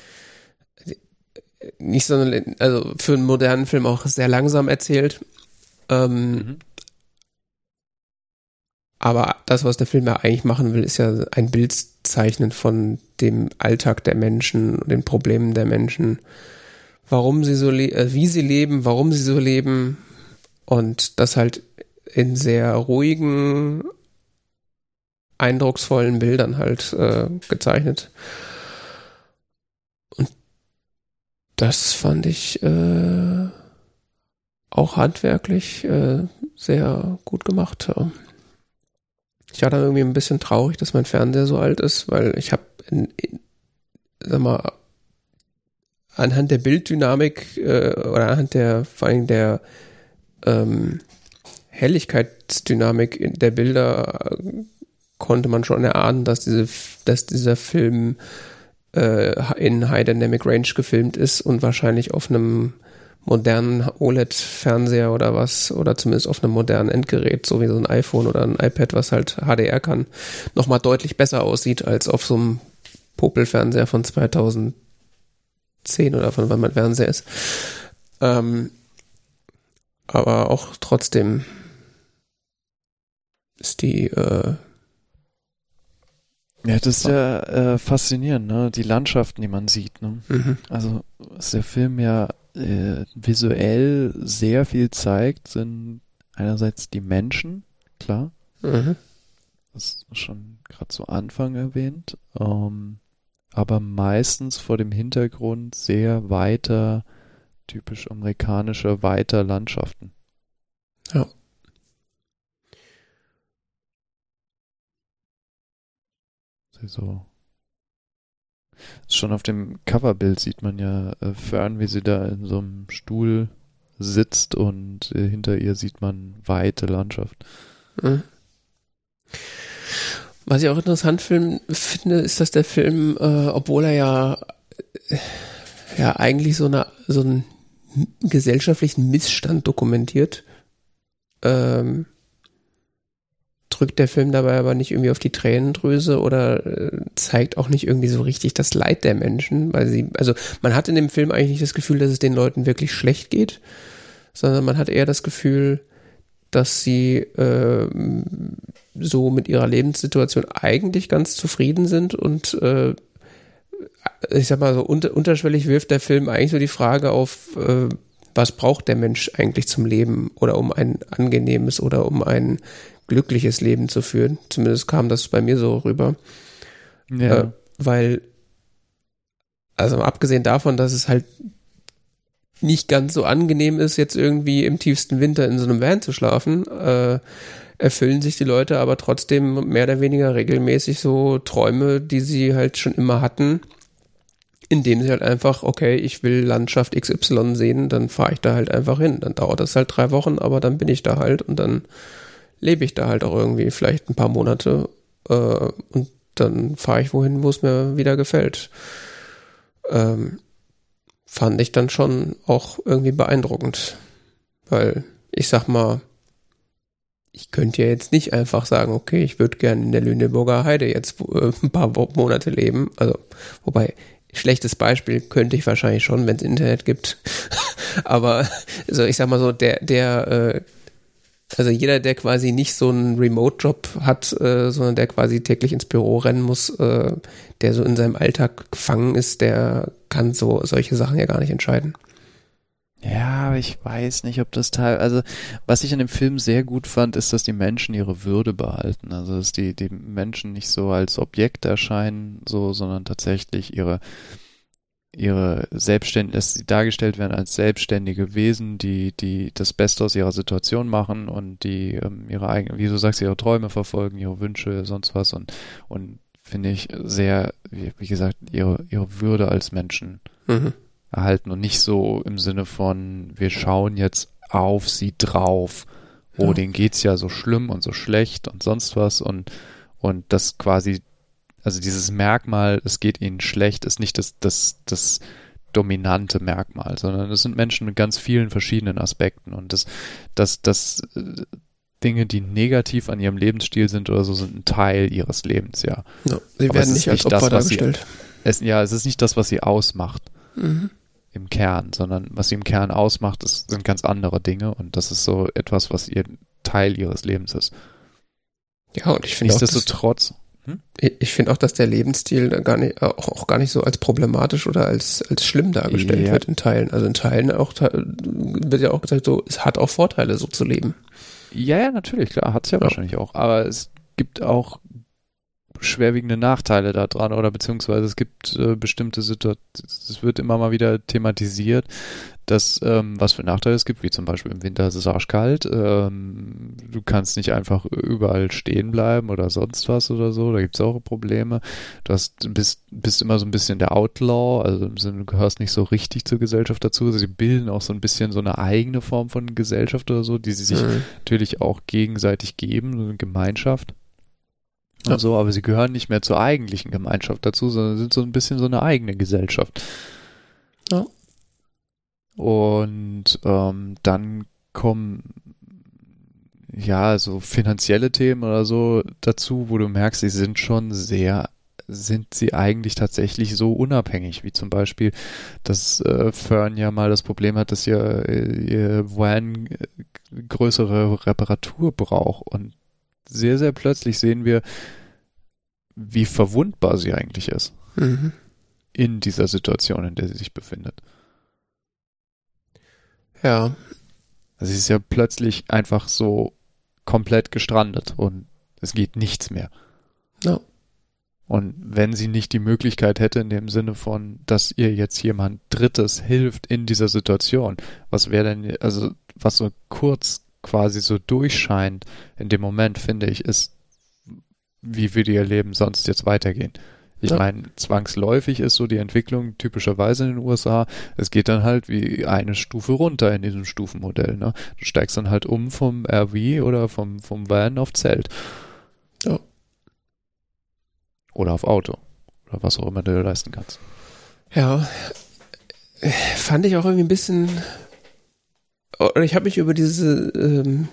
A: nicht so, also für einen modernen Film auch sehr langsam erzählt. Ähm,
B: Mhm.
A: Aber das, was der Film ja eigentlich machen will, ist ja ein Bild zeichnen von dem Alltag der Menschen, den Problemen der Menschen, warum sie so le- äh, wie sie leben, warum sie so leben, und das halt in sehr ruhigen, eindrucksvollen Bildern halt äh, gezeichnet. Und das fand ich äh, auch handwerklich äh, sehr gut gemacht. Ja. Ich war dann irgendwie ein bisschen traurig, dass mein Fernseher so alt ist, weil ich habe, sag mal, anhand der Bilddynamik äh, oder anhand der, vor allem der ähm, Helligkeitsdynamik in der Bilder äh, konnte man schon erahnen, dass diese, dass dieser Film äh, in High Dynamic Range gefilmt ist und wahrscheinlich auf einem modernen O L E D-Fernseher oder was, oder zumindest auf einem modernen Endgerät, so wie so ein iPhone oder ein iPad, was halt H D R kann, nochmal deutlich besser aussieht als auf so einem Popel-Fernseher von zweitausendzehn oder von wann mein Fernseher ist. Ähm, aber auch trotzdem ist die äh,
B: Ja, das ist ja äh, faszinierend, ne? Die Landschaften, die man sieht, ne?
A: Mhm.
B: Also, was der Film ja äh, visuell sehr viel zeigt, sind einerseits die Menschen, klar.
A: Mhm.
B: Das ist schon gerade zu Anfang erwähnt. Ähm, aber meistens vor dem Hintergrund sehr weiter, typisch amerikanischer, weiter Landschaften.
A: Ja.
B: So. Schon auf dem Coverbild sieht man ja äh, Fern, wie sie da in so einem Stuhl sitzt und äh, hinter ihr sieht man weite Landschaft.
A: Mhm. Was ich auch interessant finde, ist, dass der Film, äh, obwohl er ja, äh, ja eigentlich so, eine, so einen gesellschaftlichen Missstand dokumentiert, ähm, drückt der Film dabei aber nicht irgendwie auf die Tränendrüse oder äh, zeigt auch nicht irgendwie so richtig das Leid der Menschen, weil sie, also man hat in dem Film eigentlich nicht das Gefühl, dass es den Leuten wirklich schlecht geht, sondern man hat eher das Gefühl, dass sie äh, so mit ihrer Lebenssituation eigentlich ganz zufrieden sind und äh, ich sag mal so, unter, unterschwellig wirft der Film eigentlich so die Frage auf, äh, was braucht der Mensch eigentlich zum Leben oder um ein angenehmes oder um ein glückliches Leben zu führen. Zumindest kam das bei mir so rüber.
B: Ja.
A: Äh, weil, also abgesehen davon, dass es halt nicht ganz so angenehm ist, jetzt irgendwie im tiefsten Winter in so einem Van zu schlafen, äh, erfüllen sich die Leute aber trotzdem mehr oder weniger regelmäßig so Träume, die sie halt schon immer hatten, indem sie halt einfach, okay, ich will Landschaft X Y sehen, dann fahre ich da halt einfach hin. Dann dauert das halt drei Wochen, aber dann bin ich da halt und dann lebe ich da halt auch irgendwie vielleicht ein paar Monate äh, und dann fahre ich wohin, wo es mir wieder gefällt. Ähm, fand ich dann schon auch irgendwie beeindruckend, weil ich sag mal, ich könnte ja jetzt nicht einfach sagen, okay, ich würde gerne in der Lüneburger Heide jetzt äh, ein paar Monate leben, also wobei, schlechtes Beispiel könnte ich wahrscheinlich schon, wenn es Internet gibt, aber also ich sag mal so, der, der äh, also jeder, der quasi nicht so einen Remote-Job hat, äh, sondern der quasi täglich ins Büro rennen muss, äh, der so in seinem Alltag gefangen ist, der kann so solche Sachen ja gar nicht entscheiden.
B: Ja, aber ich weiß nicht, ob das Teil, also was ich an dem Film sehr gut fand, ist, dass die Menschen ihre Würde behalten. Also dass die, die Menschen nicht so als Objekt erscheinen, so, sondern tatsächlich ihre ihre Selbstständig, dass sie dargestellt werden als selbstständige Wesen, die die das Beste aus ihrer Situation machen und die ähm, ihre eigenen, wie du sagst, ihre Träume verfolgen, ihre Wünsche, sonst was und und finde ich sehr, wie, wie gesagt, ihre ihre Würde als Menschen
A: Mhm.
B: erhalten und nicht so im Sinne von, wir schauen jetzt auf sie drauf, oh,
A: Ja.
B: denen geht's ja so schlimm und so schlecht und sonst was und und das quasi, also dieses Merkmal, es geht ihnen schlecht, ist nicht das, das, das dominante Merkmal, sondern es sind Menschen mit ganz vielen verschiedenen Aspekten und das, das, das äh, Dinge, die negativ an ihrem Lebensstil sind oder so, sind ein Teil ihres Lebens, ja.
A: Ja, sie
B: Aber
A: werden
B: es
A: nicht
B: ist
A: als
B: nicht
A: Opfer
B: das, was sie-
A: dargestellt.
B: Es, ja, es ist nicht das, was sie ausmacht
A: Mhm.
B: im Kern, sondern was sie im Kern ausmacht, ist, sind ganz andere Dinge und das ist so etwas, was ihr Teil ihres Lebens ist.
A: Ja, und ich finde auch, dass,
B: Nichtsdestotrotz,
A: ich finde auch, dass der Lebensstil da gar nicht, auch, auch gar nicht so als problematisch oder als, als schlimm dargestellt
B: Ja.
A: wird in Teilen. Also in Teilen auch, wird ja auch gesagt, so, es hat auch Vorteile, so zu leben.
B: ja, ja, natürlich, klar, hat's ja,
A: Ja.
B: wahrscheinlich auch. Aber es gibt auch schwerwiegende Nachteile daran oder beziehungsweise es gibt äh, bestimmte Situationen, es wird immer mal wieder thematisiert, dass ähm, was für Nachteile es gibt, wie zum Beispiel im Winter ist es arschkalt, ähm, du kannst nicht einfach überall stehen bleiben oder sonst was oder so, da gibt's auch Probleme. Du hast, bist, bist immer so ein bisschen der Outlaw, also im Sinne, du gehörst nicht so richtig zur Gesellschaft dazu, also sie bilden auch so ein bisschen so eine eigene Form von Gesellschaft oder so, die sie sich
A: Mhm.
B: natürlich auch gegenseitig geben, so eine Gemeinschaft.
A: Ja.
B: Und so, aber sie gehören nicht mehr zur eigentlichen Gemeinschaft dazu, sondern sind so ein bisschen so eine eigene Gesellschaft.
A: Ja.
B: Und ähm, dann kommen ja so finanzielle Themen oder so dazu, wo du merkst, sie sind schon sehr, sind sie eigentlich tatsächlich so unabhängig, wie zum Beispiel, dass äh, Fern ja mal das Problem hat, dass ihr, ihr Van äh, größere Reparatur braucht und sehr, sehr plötzlich sehen wir, wie verwundbar sie eigentlich ist.
A: Mhm.
B: In dieser Situation, in der sie sich befindet.
A: Ja.
B: Also sie ist ja plötzlich einfach so komplett gestrandet und es geht nichts mehr.
A: Ja.
B: Und wenn sie nicht die Möglichkeit hätte, in dem Sinne von, dass ihr jetzt jemand Drittes hilft in dieser Situation, was wäre denn, also was so kurz quasi so durchscheint in dem Moment, finde ich, ist, wie würde ihr Leben sonst jetzt weitergehen? Ich
A: ja.
B: meine, zwangsläufig ist so die Entwicklung typischerweise in den U S A, es geht dann halt wie eine Stufe runter in diesem Stufenmodell. Ne? Du steigst dann halt um vom R V oder vom, vom Van auf Zelt.
A: Ja.
B: Oder auf Auto. Oder was auch immer du dir leisten kannst.
A: Ja. Fand ich auch irgendwie ein bisschen, oder ich habe mich über diese ähm,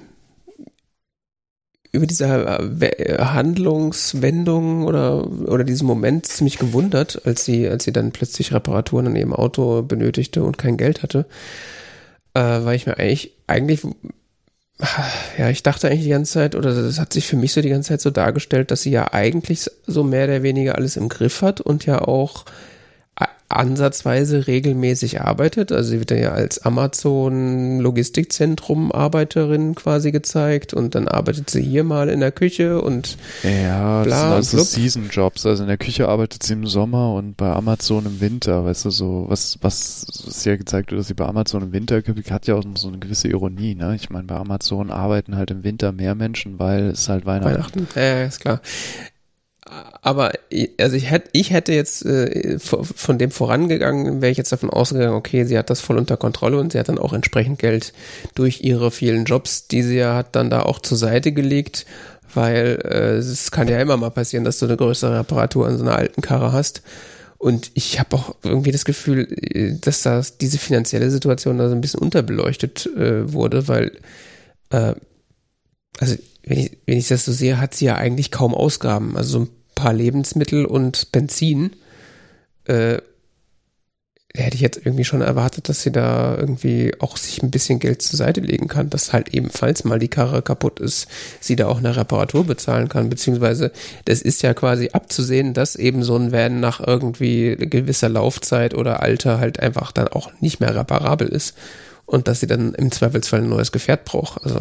A: über diese Handlungswendung oder oder diesen Moment ziemlich gewundert, als sie als sie dann plötzlich Reparaturen an ihrem Auto benötigte und kein Geld hatte, äh, weil ich mir eigentlich eigentlich ja, ich dachte eigentlich die ganze Zeit, oder das hat sich für mich so die ganze Zeit so dargestellt, dass sie ja eigentlich so mehr oder weniger alles im Griff hat und ja auch ansatzweise regelmäßig arbeitet. Also sie wird ja als Amazon-Logistikzentrum-Arbeiterin quasi gezeigt und dann arbeitet sie hier mal in der Küche und
B: ja,
A: bla
B: das sind
A: und
B: also Season-Jobs. Also in der Küche arbeitet sie im Sommer und bei Amazon im Winter. Weißt du, so was, was ist ja gezeigt wird, dass sie bei Amazon im Winter hat ja auch so eine gewisse Ironie, ne? Ich meine, bei Amazon arbeiten halt im Winter mehr Menschen, weil es halt Weihnachten.
A: Weihnachten, ja, ist klar. Aber also ich hätte ich hätte jetzt äh, von dem vorangegangen, wäre ich jetzt davon ausgegangen, okay, sie hat das voll unter Kontrolle und sie hat dann auch entsprechend Geld durch ihre vielen Jobs, die sie ja hat, dann da auch zur Seite gelegt, weil äh, es kann ja immer mal passieren, dass du eine größere Reparatur an so einer alten Karre hast. Und ich habe auch irgendwie das Gefühl, dass das diese finanzielle Situation da so ein bisschen unterbeleuchtet äh, wurde, weil äh, also wenn ich, wenn ich das so sehe, hat sie ja eigentlich kaum Ausgaben. Also so ein paar Lebensmittel und Benzin. Äh, hätte ich jetzt irgendwie schon erwartet, dass sie da irgendwie auch sich ein bisschen Geld zur Seite legen kann, dass halt ebenfalls mal die Karre kaputt ist, sie da auch eine Reparatur bezahlen kann, beziehungsweise das ist ja quasi abzusehen, dass eben so ein Van nach irgendwie gewisser Laufzeit oder Alter halt einfach dann auch nicht mehr reparabel ist und dass sie dann im Zweifelsfall ein neues Gefährt braucht. Also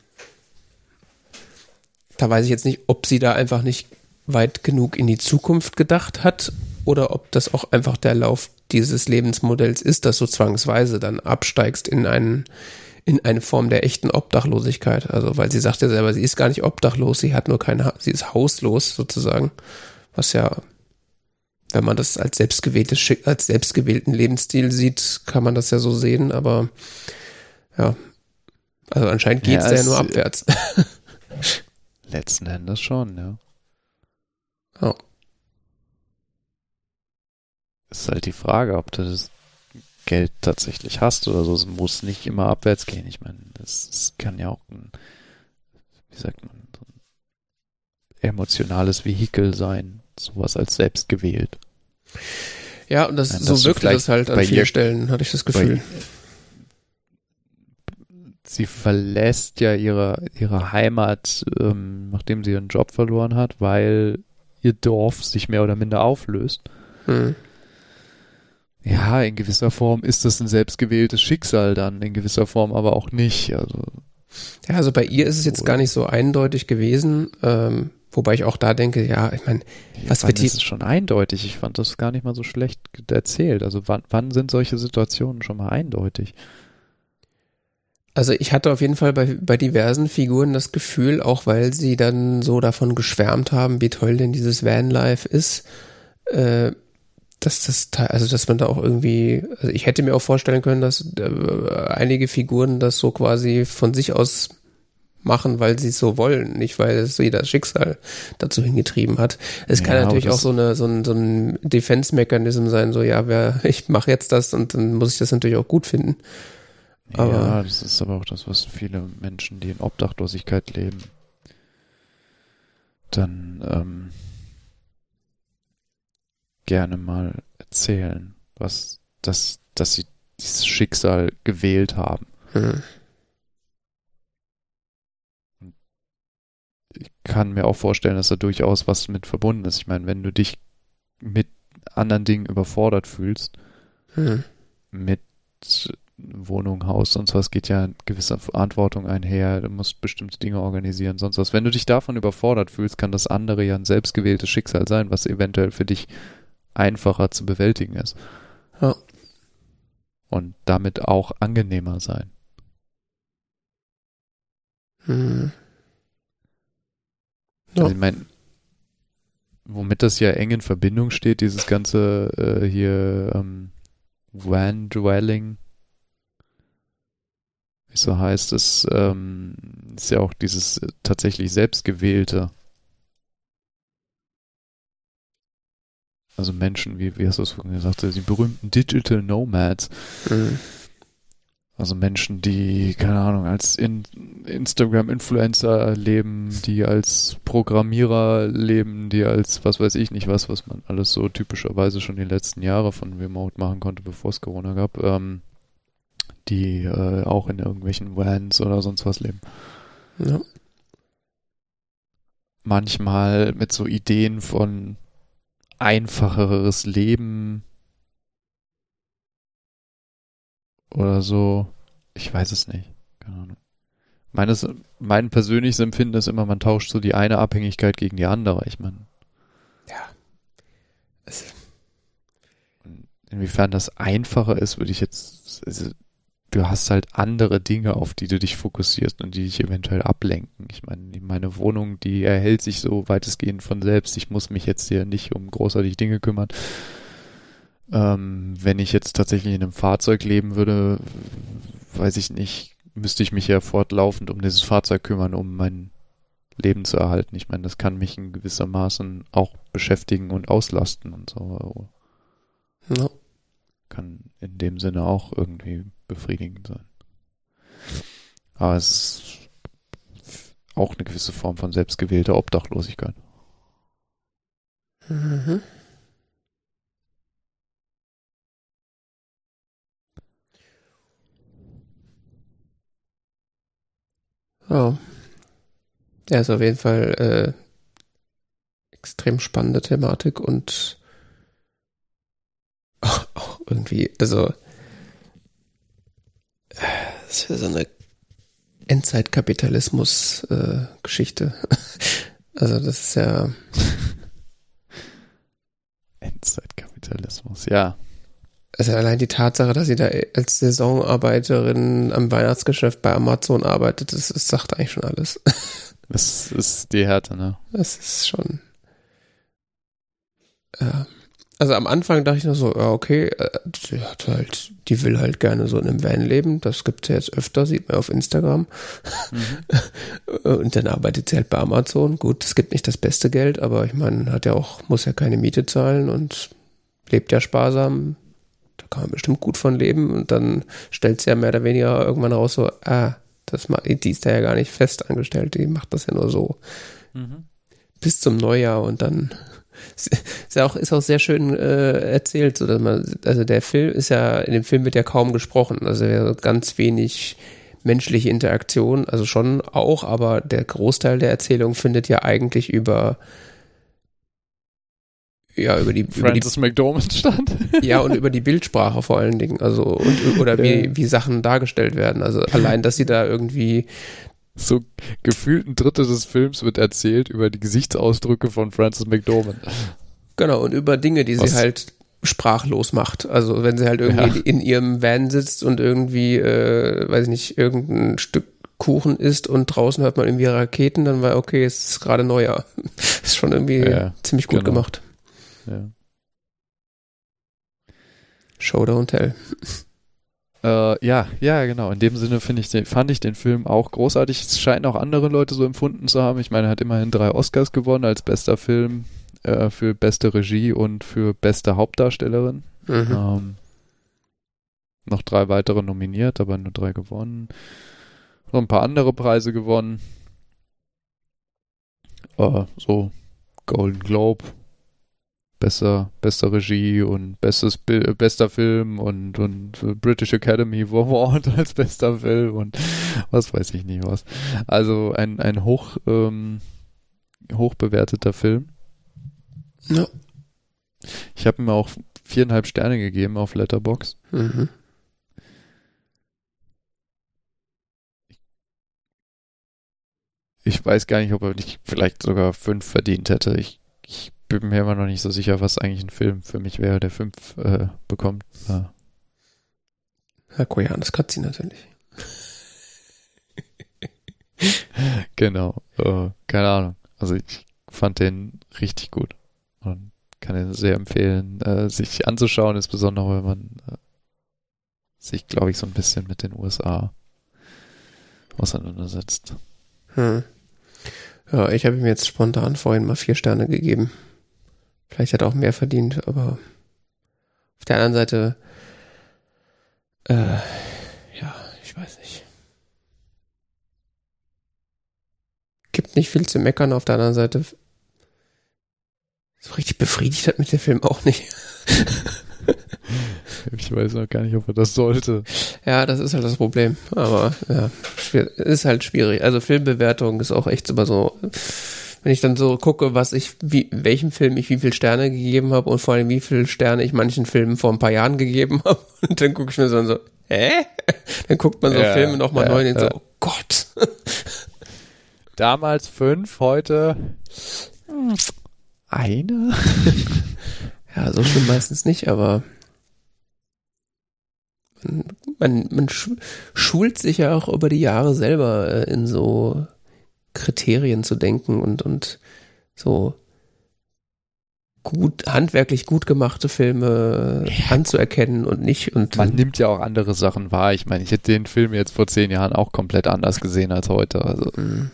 A: da weiß ich jetzt nicht, ob sie da einfach nicht weit genug in die Zukunft gedacht hat oder ob das auch einfach der Lauf dieses Lebensmodells ist, dass du zwangsweise dann absteigst in einen, in eine Form der echten Obdachlosigkeit. Also, weil sie sagt ja selber, sie ist gar nicht obdachlos, sie hat nur keine, sie ist hauslos sozusagen. Was ja, wenn man das als selbstgewähltes, als selbstgewählten Lebensstil sieht, kann man das ja so sehen, aber ja, also anscheinend geht's ja, ja nur abwärts.
B: Letzten Endes schon, ja.
A: Oh.
B: Ist halt die Frage, ob du das Geld tatsächlich hast oder so. Es muss nicht immer abwärts gehen. Ich meine, das, das kann ja auch ein, wie sagt man, so ein emotionales Vehikel sein. Sowas als selbst gewählt.
A: Ja, und das,
B: Nein,
A: so wirkte das halt an vielen ihr, Stellen, hatte ich das Gefühl.
B: Bei, sie verlässt ja ihre, ihre Heimat, ähm, nachdem sie ihren Job verloren hat, weil ihr Dorf sich mehr oder minder auflöst.
A: Hm.
B: Ja, in gewisser Form ist das ein selbstgewähltes Schicksal dann, in gewisser Form aber auch nicht. Also,
A: ja, also bei ihr ist es jetzt gar nicht so eindeutig gewesen, ähm, wobei ich auch da denke, ja, ich meine, was wird die...
B: Das ist schon eindeutig, ich fand das gar nicht mal so schlecht erzählt. Also wann, wann sind solche Situationen schon mal eindeutig?
A: Also ich hatte auf jeden Fall bei, bei diversen Figuren das Gefühl, auch weil sie dann so davon geschwärmt haben, wie toll denn dieses Vanlife ist, äh, dass das, also dass man da auch irgendwie, also ich hätte mir auch vorstellen können, dass äh, einige Figuren das so quasi von sich aus machen, weil sie es so wollen, nicht weil es sie das Schicksal dazu hingetrieben hat. Es ja, kann natürlich auch so eine so ein so ein Defense-Mechanism sein, so ja, wer, ich mache jetzt das und dann muss ich das natürlich auch gut finden.
B: Aber ja, das ist aber auch das, was viele Menschen, die in Obdachlosigkeit leben, dann ähm, gerne mal erzählen, was, dass, dass sie dieses Schicksal gewählt haben.
A: Hm.
B: Ich kann mir auch vorstellen, dass da durchaus was mit verbunden ist. Ich meine, wenn du dich mit anderen Dingen überfordert fühlst,
A: hm.
B: mit Wohnung, Haus, sonst was, geht ja gewisse Verantwortung einher, du musst bestimmte Dinge organisieren, sonst was. Wenn du dich davon überfordert fühlst, kann das andere ja ein selbstgewähltes Schicksal sein, was eventuell für dich einfacher zu bewältigen ist.
A: Ja.
B: Und damit auch angenehmer sein.
A: Hm. Ja.
B: Also ich meine, womit das ja eng in Verbindung steht, dieses ganze äh, hier ähm, Van-Dwelling, wie es so heißt, ist, ähm, ist ja auch dieses äh, tatsächlich selbstgewählte. Also Menschen, wie, wie hast du es vorhin gesagt, die berühmten Digital Nomads.
A: Mhm.
B: Also Menschen, die, keine Ahnung, als in Instagram-Influencer leben, die als Programmierer leben, die als was weiß ich nicht was, was man alles so typischerweise schon die letzten Jahre von Remote machen konnte, bevor es Corona gab, ähm, die äh, auch in irgendwelchen Vans oder sonst was leben.
A: Ja.
B: Manchmal mit so Ideen von einfacheres Leben oder so. Ich weiß es nicht. Keine Ahnung. Meines, mein persönliches Empfinden ist immer, man tauscht so die eine Abhängigkeit gegen die andere. Ich meine.
A: Ja. Es
B: Inwiefern das einfacher ist, würde ich jetzt. Also, du hast halt andere Dinge, auf die du dich fokussierst und die dich eventuell ablenken. Ich meine, meine Wohnung, die erhält sich so weitestgehend von selbst. Ich muss mich jetzt hier nicht um großartig Dinge kümmern. Ähm, wenn ich jetzt tatsächlich in einem Fahrzeug leben würde, weiß ich nicht, müsste ich mich ja fortlaufend um dieses Fahrzeug kümmern, um mein Leben zu erhalten. Ich meine, das kann mich in gewissermaßen auch beschäftigen und auslasten und so.
A: Ja.
B: Kann in dem Sinne auch irgendwie befriedigend sein. Aber es ist auch eine gewisse Form von selbstgewählter Obdachlosigkeit.
A: Mhm. Ja. Ja, ist auf jeden Fall äh, extrem spannende Thematik und auch, auch irgendwie, also das ist so eine Endzeitkapitalismus-Geschichte. Äh, also das ist ja
B: Endzeitkapitalismus, ja.
A: Also allein die Tatsache, dass sie da als Saisonarbeiterin am Weihnachtsgeschäft bei Amazon arbeitet, das, das sagt eigentlich schon alles.
B: Das ist die Härte, ne?
A: Das ist schon. Ja. Also am Anfang dachte ich noch so, ja, okay, die hat halt, die will halt gerne so in einem Van leben. Das gibt's ja jetzt öfter, sieht man auf Instagram. Mhm. Und dann arbeitet sie halt bei Amazon. Gut, es gibt nicht das beste Geld, aber ich meine, hat ja auch, muss ja keine Miete zahlen und lebt ja sparsam. Da kann man bestimmt gut von leben. Und dann stellt sie ja mehr oder weniger irgendwann raus so, ah, das macht, die ist da ja gar nicht fest angestellt, die macht das ja nur so. Mhm. Bis zum Neujahr und dann ist auch, ist auch sehr schön äh, erzählt, so dass man, also der Film ist ja, in dem Film wird ja kaum gesprochen, also ganz wenig menschliche Interaktion, also schon auch, aber der Großteil der Erzählung findet ja eigentlich über ja, über die
B: Frances
A: über die,
B: McDormand statt.
A: Ja, und über die Bildsprache vor allen Dingen, also und oder ja. wie, wie Sachen dargestellt werden, also allein, dass sie da irgendwie
B: so gefühlt ein Drittel des Films wird erzählt über die Gesichtsausdrücke von Frances McDormand.
A: Genau, und über Dinge, die Was? sie halt sprachlos macht. Also wenn sie halt irgendwie ja. in ihrem Van sitzt und irgendwie, äh, weiß ich nicht, irgendein Stück Kuchen isst und draußen hört man irgendwie Raketen, dann war okay, es ist gerade Neujahr. Ist schon irgendwie ja, ziemlich gut genau. gemacht.
B: Ja.
A: Show don't tell.
B: Äh, ja, ja, genau. In dem Sinne finde ich den, fand ich den Film auch großartig. Es scheinen auch andere Leute so empfunden zu haben. Ich meine, er hat immerhin drei Oscars gewonnen als bester Film, äh, für beste Regie und für beste Hauptdarstellerin. Mhm. Ähm, noch drei weitere nominiert, aber nur drei gewonnen. Noch ein paar andere Preise gewonnen. Äh, so Golden Globe. Besser, bester Regie und bestes Bi- bester Film und, und British Academy Award als bester Film und was weiß ich nicht was. Also ein, ein hoch ähm, hochbewerteter Film.
A: Ja.
B: Ich habe ihm auch viereinhalb Sterne gegeben auf Letterboxd.
A: Mhm.
B: Ich weiß gar nicht, ob er nicht vielleicht sogar fünf verdient hätte. Ich, ich bin mir immer noch nicht so sicher, was eigentlich ein Film für mich wäre, der fünf äh, bekommt. Ja.
A: Herr Koyanis Katzi natürlich.
B: Genau. Äh, keine Ahnung. Also ich fand den richtig gut und kann ihn sehr empfehlen, äh, sich anzuschauen, insbesondere wenn man äh, sich, glaube ich, so ein bisschen mit den U S A auseinandersetzt.
A: Hm. Ja, ich habe ihm jetzt spontan vorhin mal vier Sterne gegeben. Vielleicht hat er auch mehr verdient, aber auf der anderen Seite, äh, ja, ich weiß nicht. Gibt nicht viel zu meckern, auf der anderen Seite so richtig befriedigt hat mich der Film auch nicht.
B: Ich weiß noch gar nicht, ob er das sollte.
A: Ja, das ist halt das Problem. Aber ja, ist halt schwierig. Also Filmbewertung ist auch echt immer so, wenn ich dann so gucke, was ich, wie, welchem Film ich wie viele Sterne gegeben habe und vor allem wie viele Sterne ich manchen Filmen vor ein paar Jahren gegeben habe. Und dann gucke ich mir so, so hä? Dann guckt man so ja, Filme nochmal ja, neu und ja. so, oh Gott.
B: Damals fünf, heute eine?
A: Ja, so schlimm meistens nicht, aber man, man schult sich ja auch über die Jahre selber äh, in so Kriterien zu denken und, und so gut, handwerklich gut gemachte Filme ja. anzuerkennen und nicht. Und
B: man nimmt ja auch andere Sachen wahr. Ich meine, ich hätte den Film jetzt vor zehn Jahren auch komplett anders gesehen als heute. Also
A: mhm.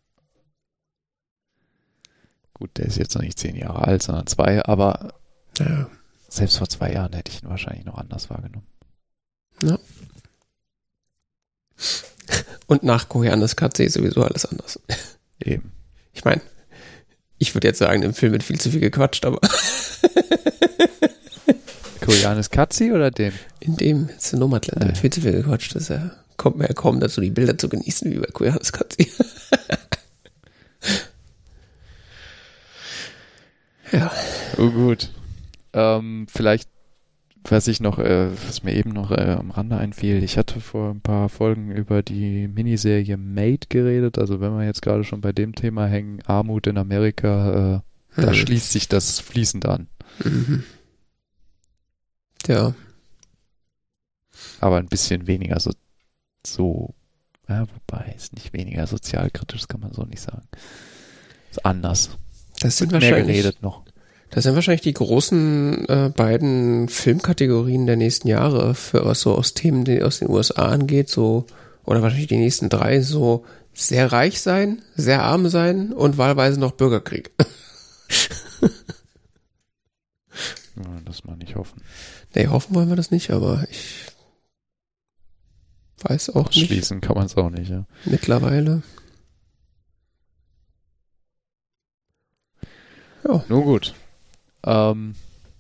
B: Gut, der ist jetzt noch nicht zehn Jahre alt, sondern zwei, aber
A: ja.
B: selbst vor zwei Jahren hätte ich ihn wahrscheinlich noch anders wahrgenommen.
A: Ja. Und nach Koyanis Katze ist sowieso alles anders.
B: Eben.
A: Ich meine, ich würde jetzt sagen, im Film wird viel zu viel gequatscht, aber
B: Koyanis Katze oder dem?
A: In dem ist der Nomadland, da wird viel zu viel gequatscht. Das ja, kommt mir ja kaum dazu, die Bilder zu genießen, wie bei Koyanis Katze. Ja.
B: Oh gut. Ähm, vielleicht, was ich noch, äh, was mir eben noch äh, am Rande einfiel, ich hatte vor ein paar Folgen über die Miniserie Made geredet, also wenn wir jetzt gerade schon bei dem Thema hängen, Armut in Amerika, äh, da mhm. schließt sich das fließend an.
A: Mhm. Ja.
B: Aber ein bisschen weniger so, so, ja, wobei, ist nicht weniger sozialkritisch, das kann man so nicht sagen. Ist anders.
A: Das sind
B: mehr
A: wahrscheinlich,
B: geredet noch.
A: Das sind wahrscheinlich die großen äh, beiden Filmkategorien der nächsten Jahre, für was so aus Themen, die aus den U S A angeht, so, oder wahrscheinlich die nächsten drei, so sehr reich sein, sehr arm sein und wahlweise noch Bürgerkrieg.
B: Ja, das mal nicht hoffen.
A: Nee, hoffen wollen wir das nicht, aber ich weiß auch nicht.
B: Schließen kann man es auch nicht, ja.
A: Mittlerweile. Ja.
B: Nun gut. Ähm,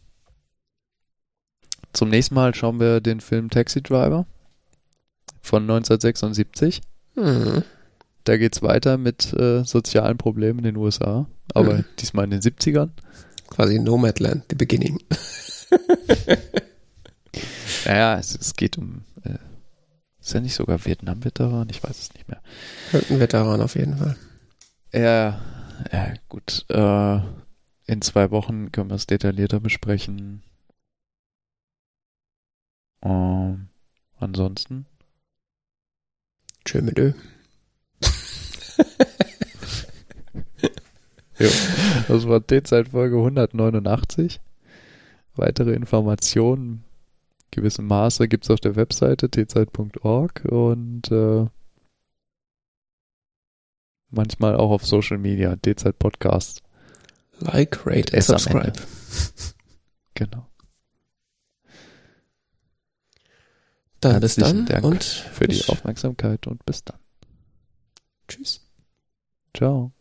B: zum nächsten Mal schauen wir den Film Taxi Driver von neunzehnhundertsechsundsiebzig.
A: Mhm.
B: Da geht's weiter mit äh, sozialen Problemen in den U S A, aber mhm. diesmal in den siebzigern.
A: Quasi Nomadland, the beginning.
B: Naja, es, es geht um, äh, ist ja nicht sogar Vietnam-Veteran? Ich weiß es nicht mehr.
A: Ein Veteran auf jeden Fall.
B: Ja, ja gut. Äh, in zwei Wochen können wir es detaillierter besprechen. Ähm, ansonsten?
A: Tschö mit Ö.
B: Jo, das war T-Zeit-Folge hundertneunundachtzig. Weitere Informationen gewissem Maße gibt es auf der Webseite t zeit punkt org und äh, manchmal auch auf Social Media, T-Zeit Podcast.
A: Like, rate and subscribe.
B: Genau.
A: Dann bis dann
B: Dank
A: und
B: für die Aufmerksamkeit und bis dann.
A: Tschüss.
B: Ciao.